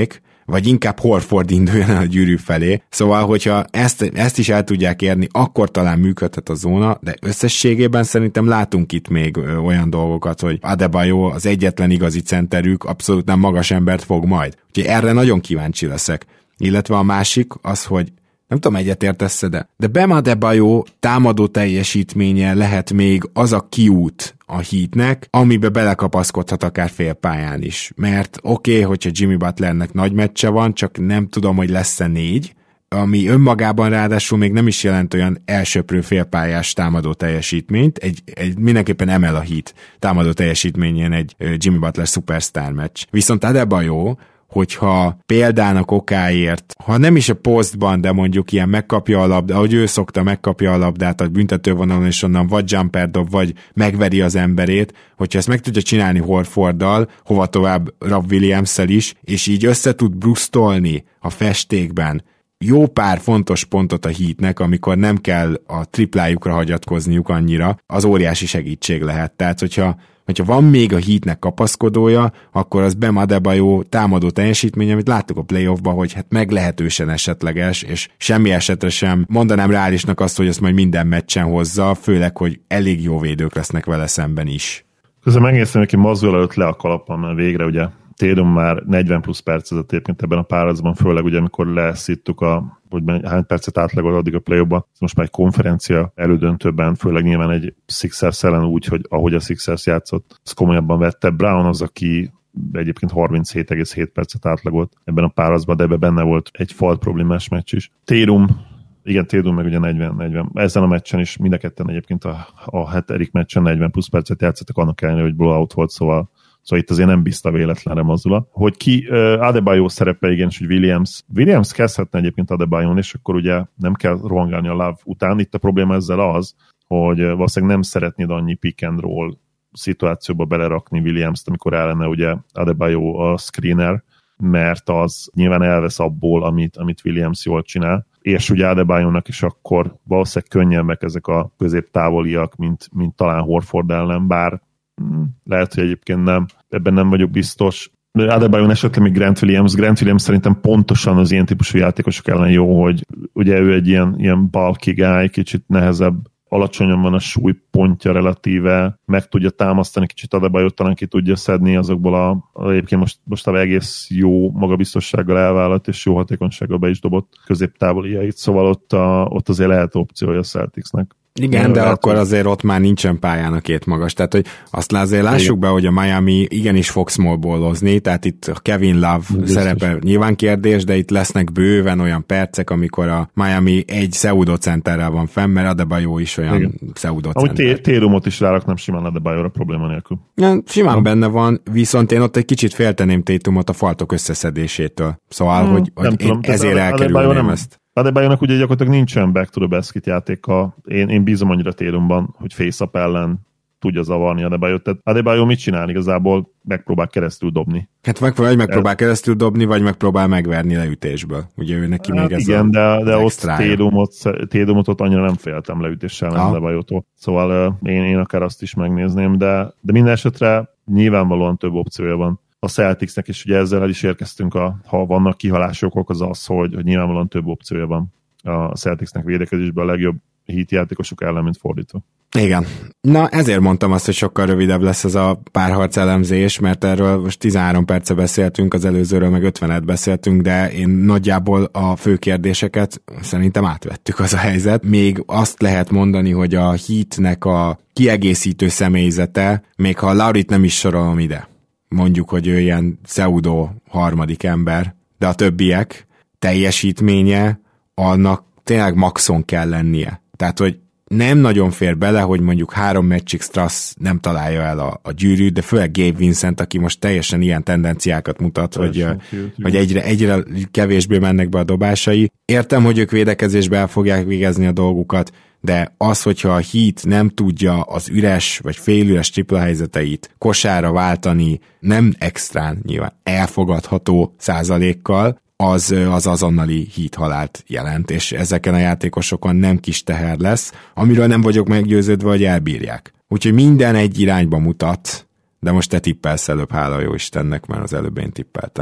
vagy inkább Horford induljon a gyűrű felé. Szóval, hogyha ezt, ezt is el tudják érni, akkor talán működhet a zóna, de összességében szerintem látunk itt még olyan dolgokat, hogy Adebayo az egyetlen igazi centerük abszolút nem magas embert fog majd. Úgyhogy erre nagyon kíváncsi leszek. Illetve a másik az, hogy nem tudom, egyetértesz, de, de Bam Adebayo támadó teljesítménye lehet még az a kiút a Heatnek, amibe belekapaszkodhat akár félpályán is. Mert oké, okay, hogyha Jimmy Butlernek nagy meccse van, csak nem tudom, hogy lesz-e négy, ami önmagában ráadásul még nem is jelent olyan elsöprő félpályás támadó teljesítményt, egy, egy mindenképpen emel a Heat támadó teljesítményén egy Jimmy Butler superstar meccs. Viszont Adebayo, hogyha példának okáért, ha nem is a posztban, de mondjuk ilyen megkapja a labdát, ahogy ő szokta, megkapja a labdát a büntetővonalon, és onnan vagy jumper dob, vagy megveri az emberét, hogyha ezt meg tudja csinálni Horforddal, hova tovább Rob Williams-szel is, és így össze tud brusztolni a festékben jó pár fontos pontot a Heatnek, amikor nem kell a triplájukra hagyatkozniuk annyira, az óriási segítség lehet. Tehát, hogyha hogyha van még a Heatnek kapaszkodója, akkor az Bam Adebayo támadó teljesítmény, amit láttuk a playoffban, hogy hát meglehetősen esetleges, és semmi esetre sem mondanám reálisnak azt, hogy ezt majd minden meccsen hozza, főleg, hogy elég jó védők lesznek vele szemben is. Közben megnéztem, hogy Mazzulla előtt le a kalappal, mert végre ugye Tatum már negyven plusz percet egyébként ebben a párazban, főleg ugye amikor leszíttuk a, hogy hány percet átlagolt addig a play-offba. Most már egy konferencia elődöntőben, főleg nyilván egy Sixers ellen úgy, hogy ahogy a Sixers játszott, az komolyabban vette. Brown az, aki egyébként harminchét egész hét percet átlagolt ebben a párazban, de ebben benne volt egy falt problémás meccs is. Tatum, igen, Tatum meg ugye negyven negyven. Ezen a meccsen is mind a ketten egyébként a, a hetedik meccsen negyven plusz percet játszottak, annak ellenére, hogy blowout volt, szóval Szóval itt azért nem bízta véletlenre Mazzulla. Hogy ki uh, Adebayo szerepe, igen, és hogy Williams. Williams kezdhetne egyébként Adebayon, és akkor ugye nem kell rohangálni a Love után. Itt a probléma ezzel az, hogy valószínűleg nem szeretnéd annyi pick and roll szituációba belerakni Williams-t, amikor ellene ugye Adebayo a screener, mert az nyilván elvesz abból, amit, amit Williams jól csinál. És ugye Adebayonak is akkor valószínűleg könnyebbek ezek a középtávoliak, mint, mint talán Horford ellen, bár lehet, hogy egyébként nem, ebben nem vagyok biztos. Adebayon esetleg még Grant Williams. Grant Williams szerintem pontosan az ilyen típusú játékosok ellen jó, hogy ugye ő egy ilyen, ilyen bulky guy, kicsit nehezebb, alacsonyan van a súlypontja relatíve, meg tudja támasztani, kicsit Adebayot talán ki tudja szedni azokból a, egyébként most, most egész jó magabiztossággal elvállalt és jó hatékonysággal be is dobott középtávoliait, szóval ott, a, ott azért lehet opciója a Celticsnek. Igen, de lehet, akkor azért ott már nincsen pályán a két magas. Tehát, hogy azt azért lássuk be, hogy a Miami igenis fog smallballozni, tehát itt a Kevin Love biztos szerepe nyilván kérdés, de itt lesznek bőven olyan percek, amikor a Miami egy pseudocenterrel van fenn, mert Adebayo is olyan pseudocenter. Ahogy Térumot is ráraknám simán Adebayóra probléma nélkül. Ja, simán ha. benne van, viszont én ott egy kicsit félteném Tatumot a faltok összeszedésétől. Szóval, hmm, hogy, hogy tudom, ezért elkerülném ezt. Adebayonak ugye gyakorlatilag nincsen back to the basket játéka. Én, én bízom annyira Tatumban, hogy face-up ellen tudja zavarni Adebayot. Tehát Adebayo mit csinál igazából? Megpróbál keresztül dobni. Hát meg, vagy megpróbál El... keresztül dobni, vagy megpróbál megverni leütésből. Ugye ő neki hát még ez igen, a, de, de ott Tatumot, Tatumot ott annyira nem féltem leütéssel nem Adebayótól. Szóval uh, én, én akár azt is megnézném, de, de minden esetre nyilvánvalóan több opciója van a Celticsnek, és ugye ezzel el is érkeztünk, a, ha vannak kihalások, az az, hogy, hogy nyilvánvalóan több opciója van a Celticsnek védekezésben a legjobb Heat játékosok ellen, mint fordítva. Igen. Na, ezért mondtam azt, hogy sokkal rövidebb lesz ez a párharc elemzés, mert erről most tizenhárom perce beszéltünk, az előzőről meg ötvenet beszéltünk, de én nagyjából a fő kérdéseket szerintem átvettük, az a helyzet. Még azt lehet mondani, hogy a Heatnek a kiegészítő személyzete, még ha a Laurit nem is sorolom ide, mondjuk, hogy ő ilyen pseudo harmadik ember, de a többiek teljesítménye annak tényleg maxon kell lennie. Tehát, hogy nem nagyon fér bele, hogy mondjuk három meccsig Strass nem találja el a, a gyűrűt, de főleg Gabe Vincent, aki most teljesen ilyen tendenciákat mutat, hogy, hogy egyre, egyre kevésbé mennek be a dobásai. Értem, hogy ők védekezésbe el fogják végezni a dolgukat, de az, hogyha a Heat nem tudja az üres vagy félüres tripla helyzeteit kosára váltani, nem extrán nyilván elfogadható százalékkal, az az azonnali Heat halált jelent, és ezeken a játékosokon nem kis teher lesz, amiről nem vagyok meggyőződve, hogy elbírják. Úgyhogy minden egy irányba mutat, de most te tippelsz előbb, hála jó Istennek, mert az előbb én tippeltem.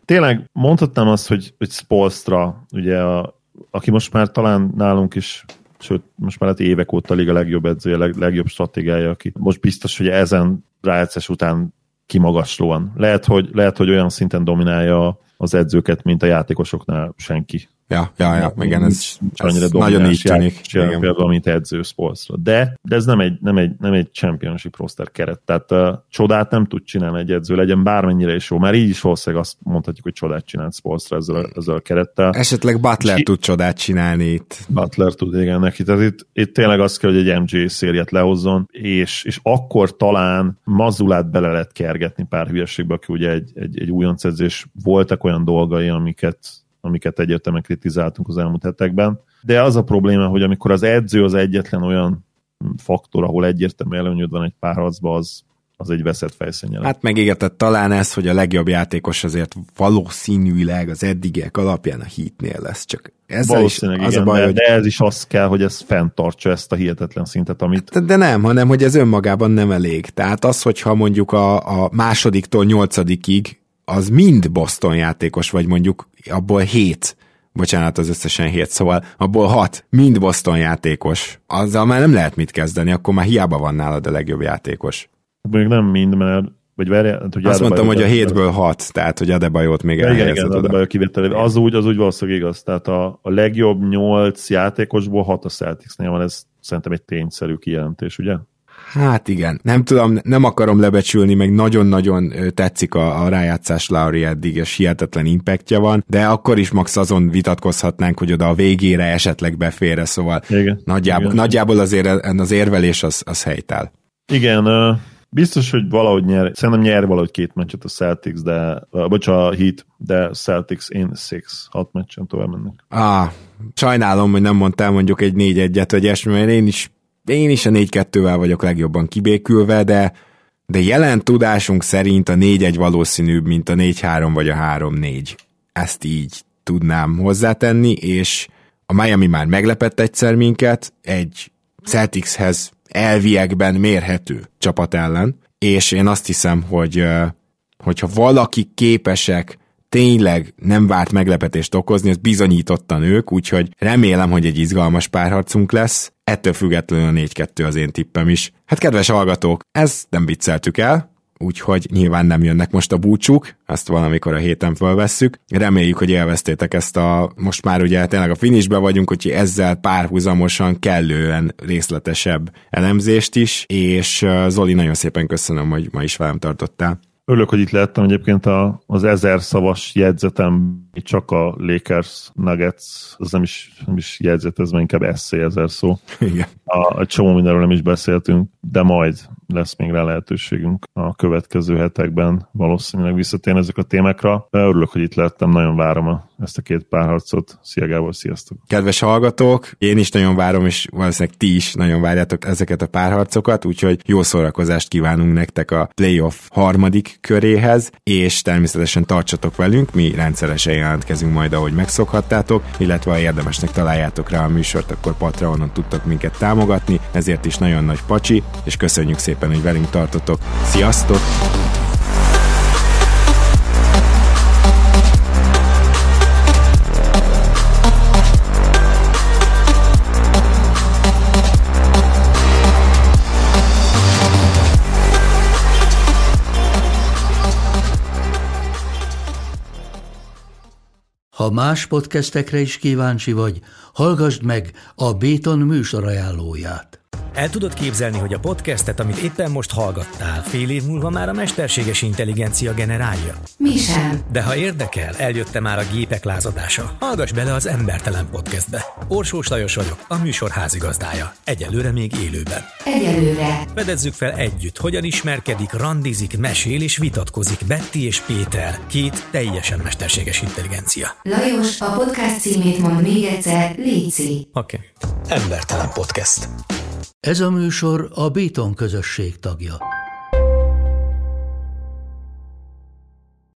tényleg mondhatnám azt, hogy, hogy Spoelstra, ugye, a, aki most már talán nálunk is, sőt, most már hát évek óta a legjobb edzője, a leg, legjobb stratégiája, aki most biztos, hogy ezen rájátszás után kimagaslóan. Lehet, hogy, lehet, hogy olyan szinten dominálja az edzőket, mint a játékosoknál senki. Ja, ja, ja, igen, ez, ez nagyon így tűnik. Például, mint edző Spoelstra. De, de ez nem egy, nem, egy, nem egy championship roster keret. Tehát uh, csodát nem tud csinálni egy edző, legyen bármennyire is jó. Már így is valószínűleg azt mondhatjuk, hogy csodát csinált Spoelstra ezzel, ezzel a kerettel. Esetleg Butler tud csodát csinálni itt. Butler tud, igen, neki. Tehát itt, itt tényleg az kell, hogy egy em gé szériát lehozzon, és, és akkor talán Mazulát bele lehet kergetni pár hülyeségbe, aki ugye egy, egy, egy újonc edzés. Voltak olyan dolgai, amiket amiket egyértelműen kritizáltunk az elmúlt hetekben. De az a probléma, hogy amikor az edző az egyetlen olyan faktor, ahol egyértelmű előnyöd van egy párharcban, az, az egy veszett fejszénnyel. Hát megígértett talán ez, hogy a legjobb játékos azért valószínűleg az eddigiek alapján a Heatnél lesz. Csak ezzel is az igen, a baj, de, hogy... de ez is az kell, hogy ez fenntartsa ezt a hihetetlen szintet, amit... De, de nem, hanem hogy ez önmagában nem elég. Tehát az, hogyha mondjuk a, a másodiktól nyolcadikig az mind Boston játékos, vagy mondjuk abból hét, bocsánat, az összesen hét, szóval abból hat, mind Boston játékos. Azzal már nem lehet mit kezdeni, akkor már hiába van nálad a legjobb játékos. Még nem mind, mert vagy várjál, hogy azt mondtam, hogy a hétből hat, tehát hogy Adebayót még elhelyezett oda. Igen, Adebayo kivétel. Az úgy, az úgy valószínűleg igaz. Tehát a, a legjobb nyolc játékosból hat a Celticsnél van, ez szerintem egy tényszerű kijelentés, ugye? Hát igen, nem tudom, nem akarom lebecsülni, meg nagyon-nagyon tetszik a, a rájátszás Lowry eddig, és hihetetlen impactja van, de akkor is max azon vitatkozhatnánk, hogy oda a végére esetleg beférre, szóval igen, nagyjából, igen. nagyjából azért az érvelés az, az helytáll. Igen, biztos, hogy valahogy nyer, szerintem nyer valahogy két meccset a Celtics, de, bocsánat, a Heat, de Celtics in six, hat meccsen tovább mennek. Ah, sajnálom, hogy nem mondtál mondjuk egy négy egyet, vagy esmi, mert én is Én is a négy kettővel vagyok legjobban kibékülve, de, de jelen tudásunk szerint a négy egy valószínűbb, mint a négy három vagy a három négy. Ezt így tudnám hozzátenni, és a Miami már meglepett egyszer minket, egy Celticshez elviekben mérhető csapat ellen, és én azt hiszem, hogy hogyha valaki képesek tényleg nem várt meglepetést okozni, ezt bizonyítottan ők, úgyhogy remélem, hogy egy izgalmas párharcunk lesz. Ettől függetlenül a négy kettő az én tippem is. Hát kedves hallgatók, ezt nem vicceltük el, úgyhogy nyilván nem jönnek most a búcsúk, azt valamikor a héten felvesszük. Reméljük, hogy élveztétek ezt a, most már ugye tényleg a finishbe vagyunk, úgyhogy ezzel párhuzamosan kellően részletesebb elemzést is, és Zoli, nagyon szépen köszönöm, hogy ma is velem tartottál. Örülök, hogy itt lehettem, egyébként a, az ezer szavas jegyzetem csak a Lakers Nuggets, az nem is, nem is jegyzet, ez már inkább eszé ezer szó. Igen. A, a csomó mindenről nem is beszéltünk, de majd lesz még rá lehetőségünk a következő hetekben valószínűleg visszatérni ezek a témákra. De örülök, hogy itt lehettem, nagyon várom a, ezt a két párharcot. Szia Gábor, sziasztok! Kedves hallgatók, én is nagyon várom, és valószínűleg ti is nagyon várjátok ezeket a párharcokat, úgyhogy jó szórakozást kívánunk nektek a playoff harmadik köréhez, és természetesen tartsatok velünk, mi rendszeresen jelentkezünk majd, ahogy megszokhattátok, illetve ha érdemesnek találjátok rá a műsort, akkor Patreonon tudtok minket támogatni, ezért is nagyon nagy pacsi, és köszönjük szépen, hogy velünk tartotok. Sziasztok! Ha más podcastekre is kíváncsi vagy, hallgassd meg a Béton műsor ajánlóját. El tudod képzelni, hogy a podcastet, amit éppen most hallgattál, fél év múlva már a mesterséges intelligencia generálja? Mi sem. De ha érdekel, eljött már a gépek lázadása. Hallgass bele az Embertelen Podcastbe. Orsós Lajos vagyok, a műsor házigazdája. Egyelőre még élőben. Egyelőre. Fedezzük fel együtt, hogyan ismerkedik, randizik, mesél és vitatkozik Betty és Péter, két teljesen mesterséges intelligencia. Lajos, a podcast címét mond még egyszer, léci. Oké. Okay. Embertelen Podcast. Ez a műsor a Béton közösség tagja.